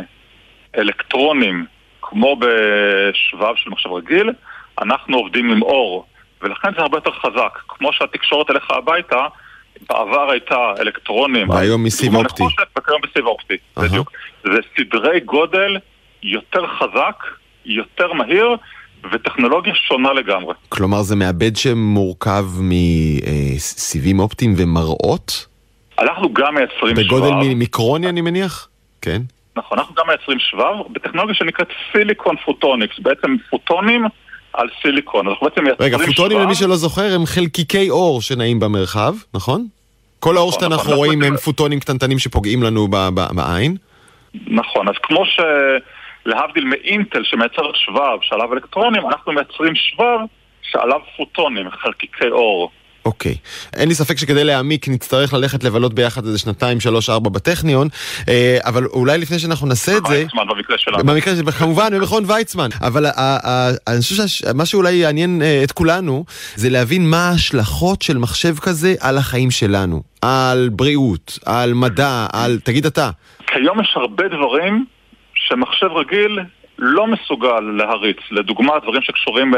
מאלקטרונים כמו בשבב של מחשב רגיל, אנחנו עובדים עם אור, ולכן זה הרבה יותר חזק. כמו שהתקשורת אליך הביתה בעבר הייתה אלקטרונים, והיום מסיב אופטי, וכיום בסיב אופטי, בדיוק. זה סדרי גודל יותר חזק, יותר מהיר, וטכנולוגיה שונה לגמרי. כלומר זה מעבד שמורכב מסיבים אופטיים ומראות? אנחנו גם מייצרים שבב. בגודל מיקרוני אני מניח? כן. נכון, אנחנו גם מייצרים שבב בטכנולוגיה שנקראת סיליקון פוטוניקס, בעצם פוטונים על סיליקון. רגע, פוטונים למי שלא זוכר הם חלקיקי אור שנעים במרחב, נכון? כל האור שאנחנו רואים הם פוטונים קטנטנים שפוגעים לנו בעין. נכון, אז כמו ש... להבדיל מאינטל שמייצר שבב שעליו אלקטרונים, אנחנו מייצרים שבב שעליו פוטונים, חלקיקי אור. אוקיי. אין לי ספק שכדי להעמיק נצטרך ללכת לבלות ביחד איזה שנתיים, שלוש, ארבע בטכניון, אבל אולי לפני שאנחנו נעשה את זה... ויצמן במקרה שלנו. במקרה שלנו, כמובן, במכון ויצמן. אבל אני חושב שמה שאולי יעניין את כולנו, זה להבין מה ההשלכות של מחשב כזה על החיים שלנו. על בריאות, על מדע, על... תגיד אתה. כיום יש הרבה דברים שמחשב רגיל לא מסוגל להריץ. לדוגמה, דברים שקשורים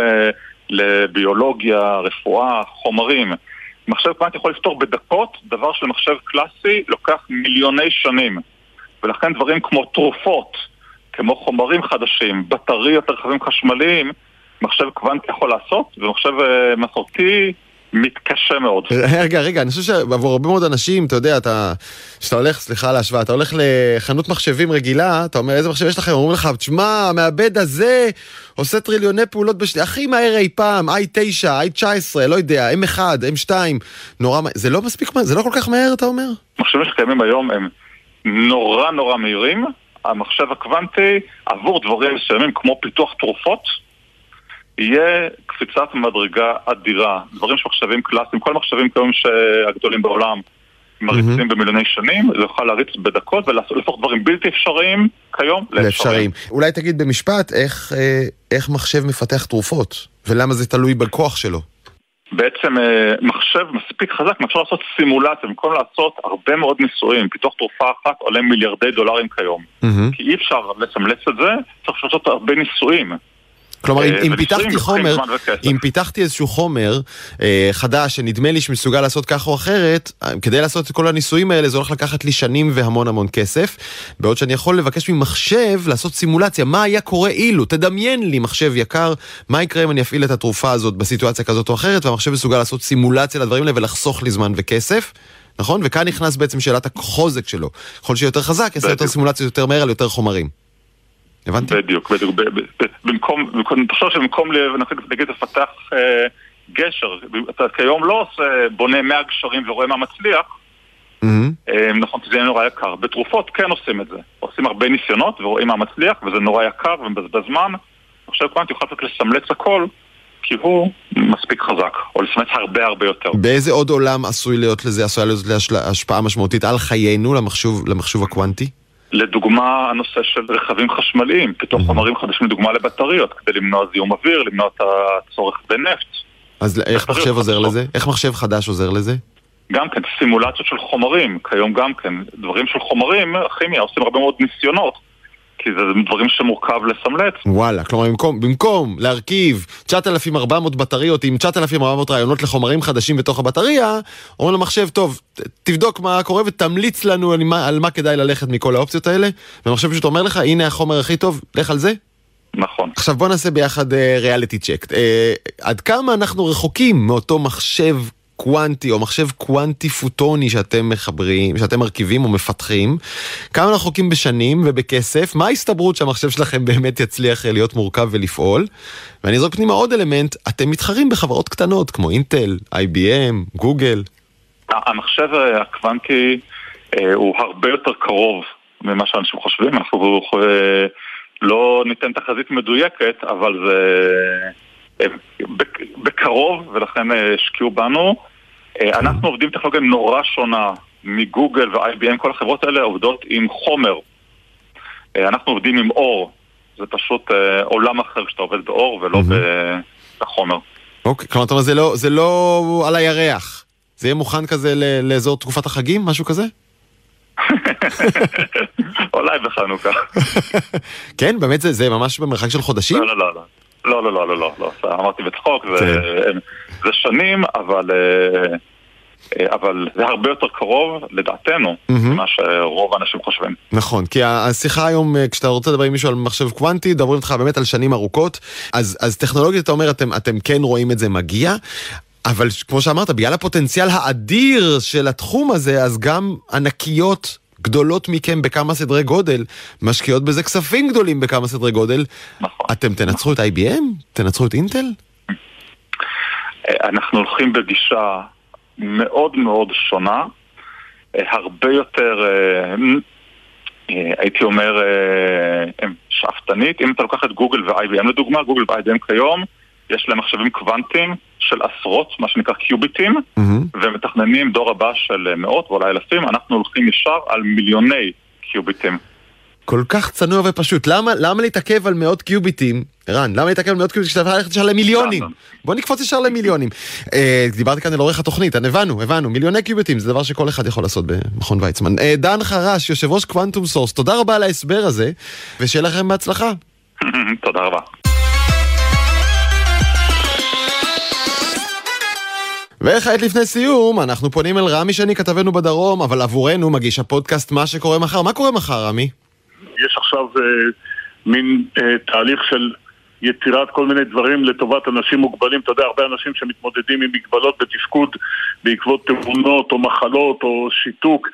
לביולוגיה, רפואה, חומרים. מחשב קוונטי יכול לפתור בדקות, דבר של מחשב קלאסי לוקח מיליוני שנים. ולכן דברים כמו תרופות, כמו חומרים חדשים, בטריות, רכבים חשמליים, מחשב קוונטי יכול לעשות, ומחשב מסורתי מתקשה מאוד. רגע, רגע, אני חושב שעבור הרבה מאוד אנשים, אתה יודע, אתה, שאתה הולך, סליחה על ההשוואה, אתה הולך לחנות מחשבים רגילה, אתה אומר, איזה מחשב יש לכם? אומרים לך, תשמע, המעבד הזה עושה טריליוני פעולות בשנייה, הכי מהר אי פעם, איי תשע, איי תשע עשרה, לא יודע, אם אחד, אם שתיים, נורא, זה לא מספיק, זה לא כל כך מהר, אתה אומר? מחשבים שקיימים היום הם נורא נורא מהירים, המחשב הקוונטי, עבור דברים מסוימים כמו פיתוח תרופות, יהיה קפיצת מדרגה אדירה. דברים שמחשבים קלאסיים, כל מחשבים כיום שהגדולים בעולם מריצים במיליוני שנים, זה יוכל להריץ בדקות ולהפוך דברים בלתי אפשריים כיום לאפשריים. אולי תגיד במשפט איך, איך מחשב מפתח תרופות, ולמה זה תלוי בכוח שלו? בעצם מחשב מספיק חזק, מאפשר לעשות סימולציה, במקום לעשות הרבה מאוד ניסויים. פיתוח תרופה אחת עולה מיליארדי דולרים כיום. כי אי אפשר לסמלץ את זה, צריך לעשות הרבה ניסויים. כלומר, אם, אם פיתחתי חומר, אם פיתחתי איזשהו חומר אה, חדש שנדמה לי שמסוגל לעשות כך או אחרת, כדי לעשות את כל הניסויים האלה, זה הולך לקחת לי שנים והמון המון כסף, בעוד שאני יכול לבקש ממחשב לעשות סימולציה, מה היה קורה אילו, תדמיין לי מחשב יקר, מה יקרה אם אני אפעיל את התרופה הזאת בסיטואציה כזאת או אחרת, והמחשב מסוגל לעשות סימולציה לדברים האלה ולחסוך לי זמן וכסף, נכון? וכאן נכנס בעצם שאלת החוזק שלו, ככל שיותר חזק, יעשה יותר סימולציות יותר מהר על יותר חומרים. הבנתי? בדיוק, בדיוק. במקום, תחשוב שבמקום נגיד לפתח גשר, אתה כיום לא עושה בונה מאה גשרים ורואה מה מצליח, נכון, זה נורא יקר. בתרופות כן עושים את זה. עושים הרבה ניסיונות ורואים מה מצליח, וזה נורא יקר ובזבז זמן. עכשיו קוונטי יוכל רק לסמלץ הכל, כי הוא מספיק חזק, או לסמלץ הרבה הרבה יותר. באיזה עוד עולם עשוי להיות לזה, עשוי להיות לזה השפעה משמעותית על חיינו, למחשוב הקוונטי? לדוגמה, הנושא של רכבים חשמליים, פיתוח חומרים חדשים לדוגמה לבטריות, כדי למנוע זיהום אוויר, למנוע את הצורך בנפט. אז איך מחשב עוזר לזה? איך מחשב חדש עוזר לזה? גם כן, סימולציות של חומרים, כיום גם כן, דברים של חומרים, כימיה, עושים הרבה מאוד ניסיונות, כי זה דברים שמורכב לסמלץ. וואלה, כלומר, במקום, במקום להרכיב תשעת אלפים וארבע מאות בטריות עם תשעת אלפים וארבע מאות רעיונות לחומרים חדשים בתוך הבטריה, אומרים למחשב, טוב, תבדוק מה קורה ותמליץ לנו על מה, על מה כדאי ללכת מכל האופציות האלה, והמחשב פשוט אומר לך, הנה החומר הכי טוב, לך על זה. נכון. עכשיו בוא נעשה ביחד ריאליטי צ'ק. עד כמה אנחנו רחוקים מאותו מחשב קוונטי או מחשב קוונטי פוטוני שאתם מחברים, שאתם מרכיבים או מפתחים, כמה רחוקים בשנים ובכסף, מה ההסתברות שהמחשב שלכם באמת יצליח להיות מורכב ולפעול? ואני אזרוק פנימה עוד אלמנט, אתם מתחרים בחברות קטנות כמו אינטל, איי בי אם, גוגל. המחשב הקוונטי הוא הרבה יותר קרוב ממה שאנשים חושבים, אנחנו לא ניתן תחזית מדויקת, אבל זה בקרוב, ולכן השקיעו בנו. אנחנו עובדים טכנולוגיה נורא שונה מגוגל ו-איי בי אם, כל החברות האלה עובדות עם חומר. אנחנו עובדים עם אור, זה פשוט עולם אחר כשאתה עובד באור ולא בחומר. אוקיי, כלומר, אתה אומר, זה לא, זה לא על הירח. זה יהיה מוכן כזה לאזור תקופת החגים, משהו כזה? אולי בחנוכה. כן, באמת זה, זה ממש במרחק של חודשים? לא, לא, לא, לא, לא, לא, לא, לא, לא, אמרתי בצחוק, זה, זה שנים, אבל, אבל זה הרבה יותר קרוב, לדעתנו, ממה שרוב האנשים חושבים. נכון, כי השיחה היום, כשאתה רוצה לדבר עם מישהו על מחשב קוונטי, דברים איתך באמת על שנים ארוכות, אז, אז טכנולוגית, אתה אומר, אתם, אתם כן רואים את זה מגיע, אבל כמו שאמרת, בגלל הפוטנציאל האדיר של התחום הזה, אז גם ענקיות גדולות מכם בכמה סדרי גודל, משקיעות בזה כספים גדולים בכמה סדרי גודל. נכון. אתם תנצחו את איי בי אם? תנצחו את אינטל? אנחנו הולכים בגישה מאוד מאוד שונה, הרבה יותר, הייתי אומר, שאפתנית. אם אתה לוקח את גוגל ו-איי בי אם לדוגמה, גוגל ו-איי בי אם כיום, יש להם מחשבים קוונטיים של עשרות, מה שנקרא קיוביטים, mm-hmm. ומתכננים דור הבא של מאות ואולי אלפים. אנחנו הולכים ישר על מיליוני קיוביטים. כל כך צנוע ופשוט. למה, למה להתעכב על מאות קיוביטים? רן, למה להתעכב על מאות קיוביטים כשאתה הולך ישר למיליונים? בוא נקפוץ ישר למיליונים. אה, דיברתי כאן על עורך התוכנית, הבנו, הבנו. מיליוני קיוביטים, זה דבר שכל אחד יכול לעשות במכון ויצמן. אה, דן חרש, יושב ראש קוונטום סורס, תודה רבה על ההסבר הזה, ושיהיה לכם בהצלחה. תודה רבה. וכעת לפני סיום, אנחנו פונים אל רמי שני, כתבנו בדרום, אבל עבורנו מגיש הפודקאסט מה שקורה מחר. מה קורה מחר, רמי? יש עכשיו אה, מין אה, תהליך של יצירת כל מיני דברים לטובת אנשים מוגבלים. אתה יודע, הרבה אנשים שמתמודדים עם מגבלות בתפקוד בעקבות תאונות או מחלות או שיתוק,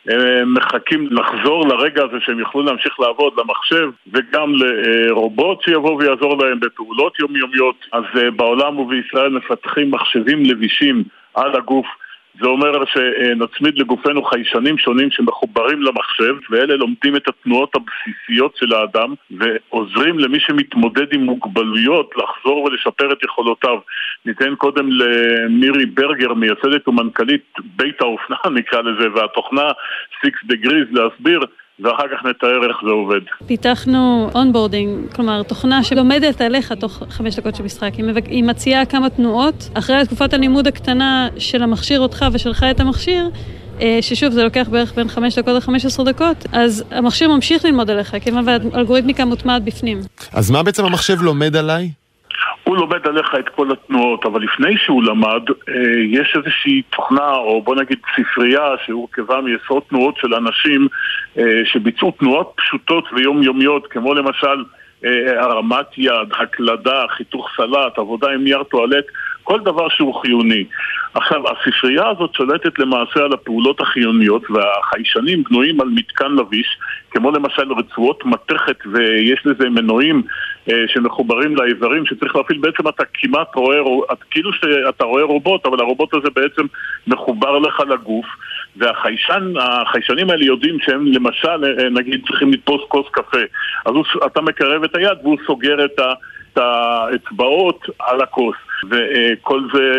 מחכים לחזור לרגע הזה שהם יוכלו להמשיך לעבוד למחשב וגם לרובוט שיבוא ויעזור להם בפעולות יומיומיות. אז בעולם ובישראל מפתחים מחשבים לבישים על הגוף. זה אומר שנצמיד לגופנו חיישנים שונים שמחוברים למחשב, ואלה לומדים את התנועות הבסיסיות של האדם ועוזרים למי שמתמודד עם מוגבלויות לחזור ולשפר את יכולותיו. ניתן קודם למירי ברגר, מייסדת ומנכ"לית בית האופנה נקרא לזה, והתוכנה six degrees להסביר, ואחר כך נתאר איך זה עובד. פיתחנו אונבורדינג, כלומר תוכנה שלומדת עליך תוך חמש דקות של משחק. היא מציעה כמה תנועות. אחרי תקופת הלימוד הקטנה של המכשיר אותך ושלך את המכשיר, ששוב זה לוקח בערך בין חמש דקות ל-חמש עשרה דקות, אז המכשיר ממשיך ללמוד עליך, כיוון והאלגוריתמיקה מוטמעת בפנים. אז מה בעצם המחשב לומד עליי? הוא לומד עליך את כל התנועות, אבל לפני שהוא למד, יש איזושהי תוכנה, או בוא נגיד ספרייה, שהורכבה מיסוד תנועות של אנשים שביצעו תנועות פשוטות ויומיומיות, כמו למשל הרמת יד, הקלדה, חיתוך סלט, עבודה עם נייר טואלט, כל דבר שהוא חיוני. עכשיו, הספרייה הזאת שולטת למעשה על הפעולות החיוניות, והחיישנים בנויים על מתקן לביש, כמו למשל רצועות מתכת, ויש לזה מנועים אה, שמחוברים לאיברים, שצריך להפעיל. בעצם אתה כמעט רואה, את, כאילו שאתה רואה רובוט, אבל הרובוט הזה בעצם מחובר לך לגוף, והחיישן, החיישנים האלה יודעים שהם למשל, נגיד, צריכים לתפוס כוס קפה. אז הוא, אתה מקרב את היד, והוא סוגר את ה... את האצבעות על הכוס, וכל זה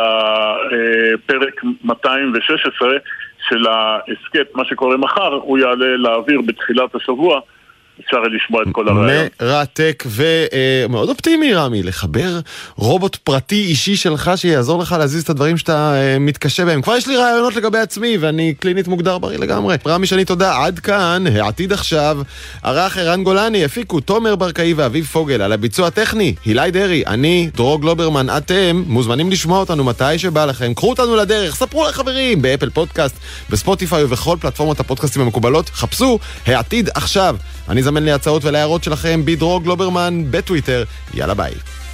בפרק מאתיים ושש עשרה של ההסקט, מה שקורה מחר, הוא יעלה לאוויר בתחילת השבוע, אפשר לשמוע את כל הרעיון. מרתק ומאוד אופטימי, רמי, לחבר רובוט פרטי אישי שלך שיעזור לך להזיז את הדברים שאתה מתקשה בהם. כבר יש לי רעיונות לגבי עצמי, ואני קלינית מוגדר בריא לגמרי. רמי שני, תודה. עד כאן, העתיד עכשיו. ערך ערן גולני, הפיקו תומר ברקאי ואביב פוגל. על הביצוע הטכני, הילי דרי, אני, דרור גלוברמן. אתם מוזמנים לשמוע אותנו מתי שבא לכם. קחו אותנו לדרך, ספרו לחברים באפל פודקאסט, בספוטיפיי ובכל פלטפורמות הפודקאסטים המקובלות. חפשו העתיד עכשיו. אני זמן לי הצעות ולהערות שלכם בדרור גלוברמן בטוויטר. יאללה ביי.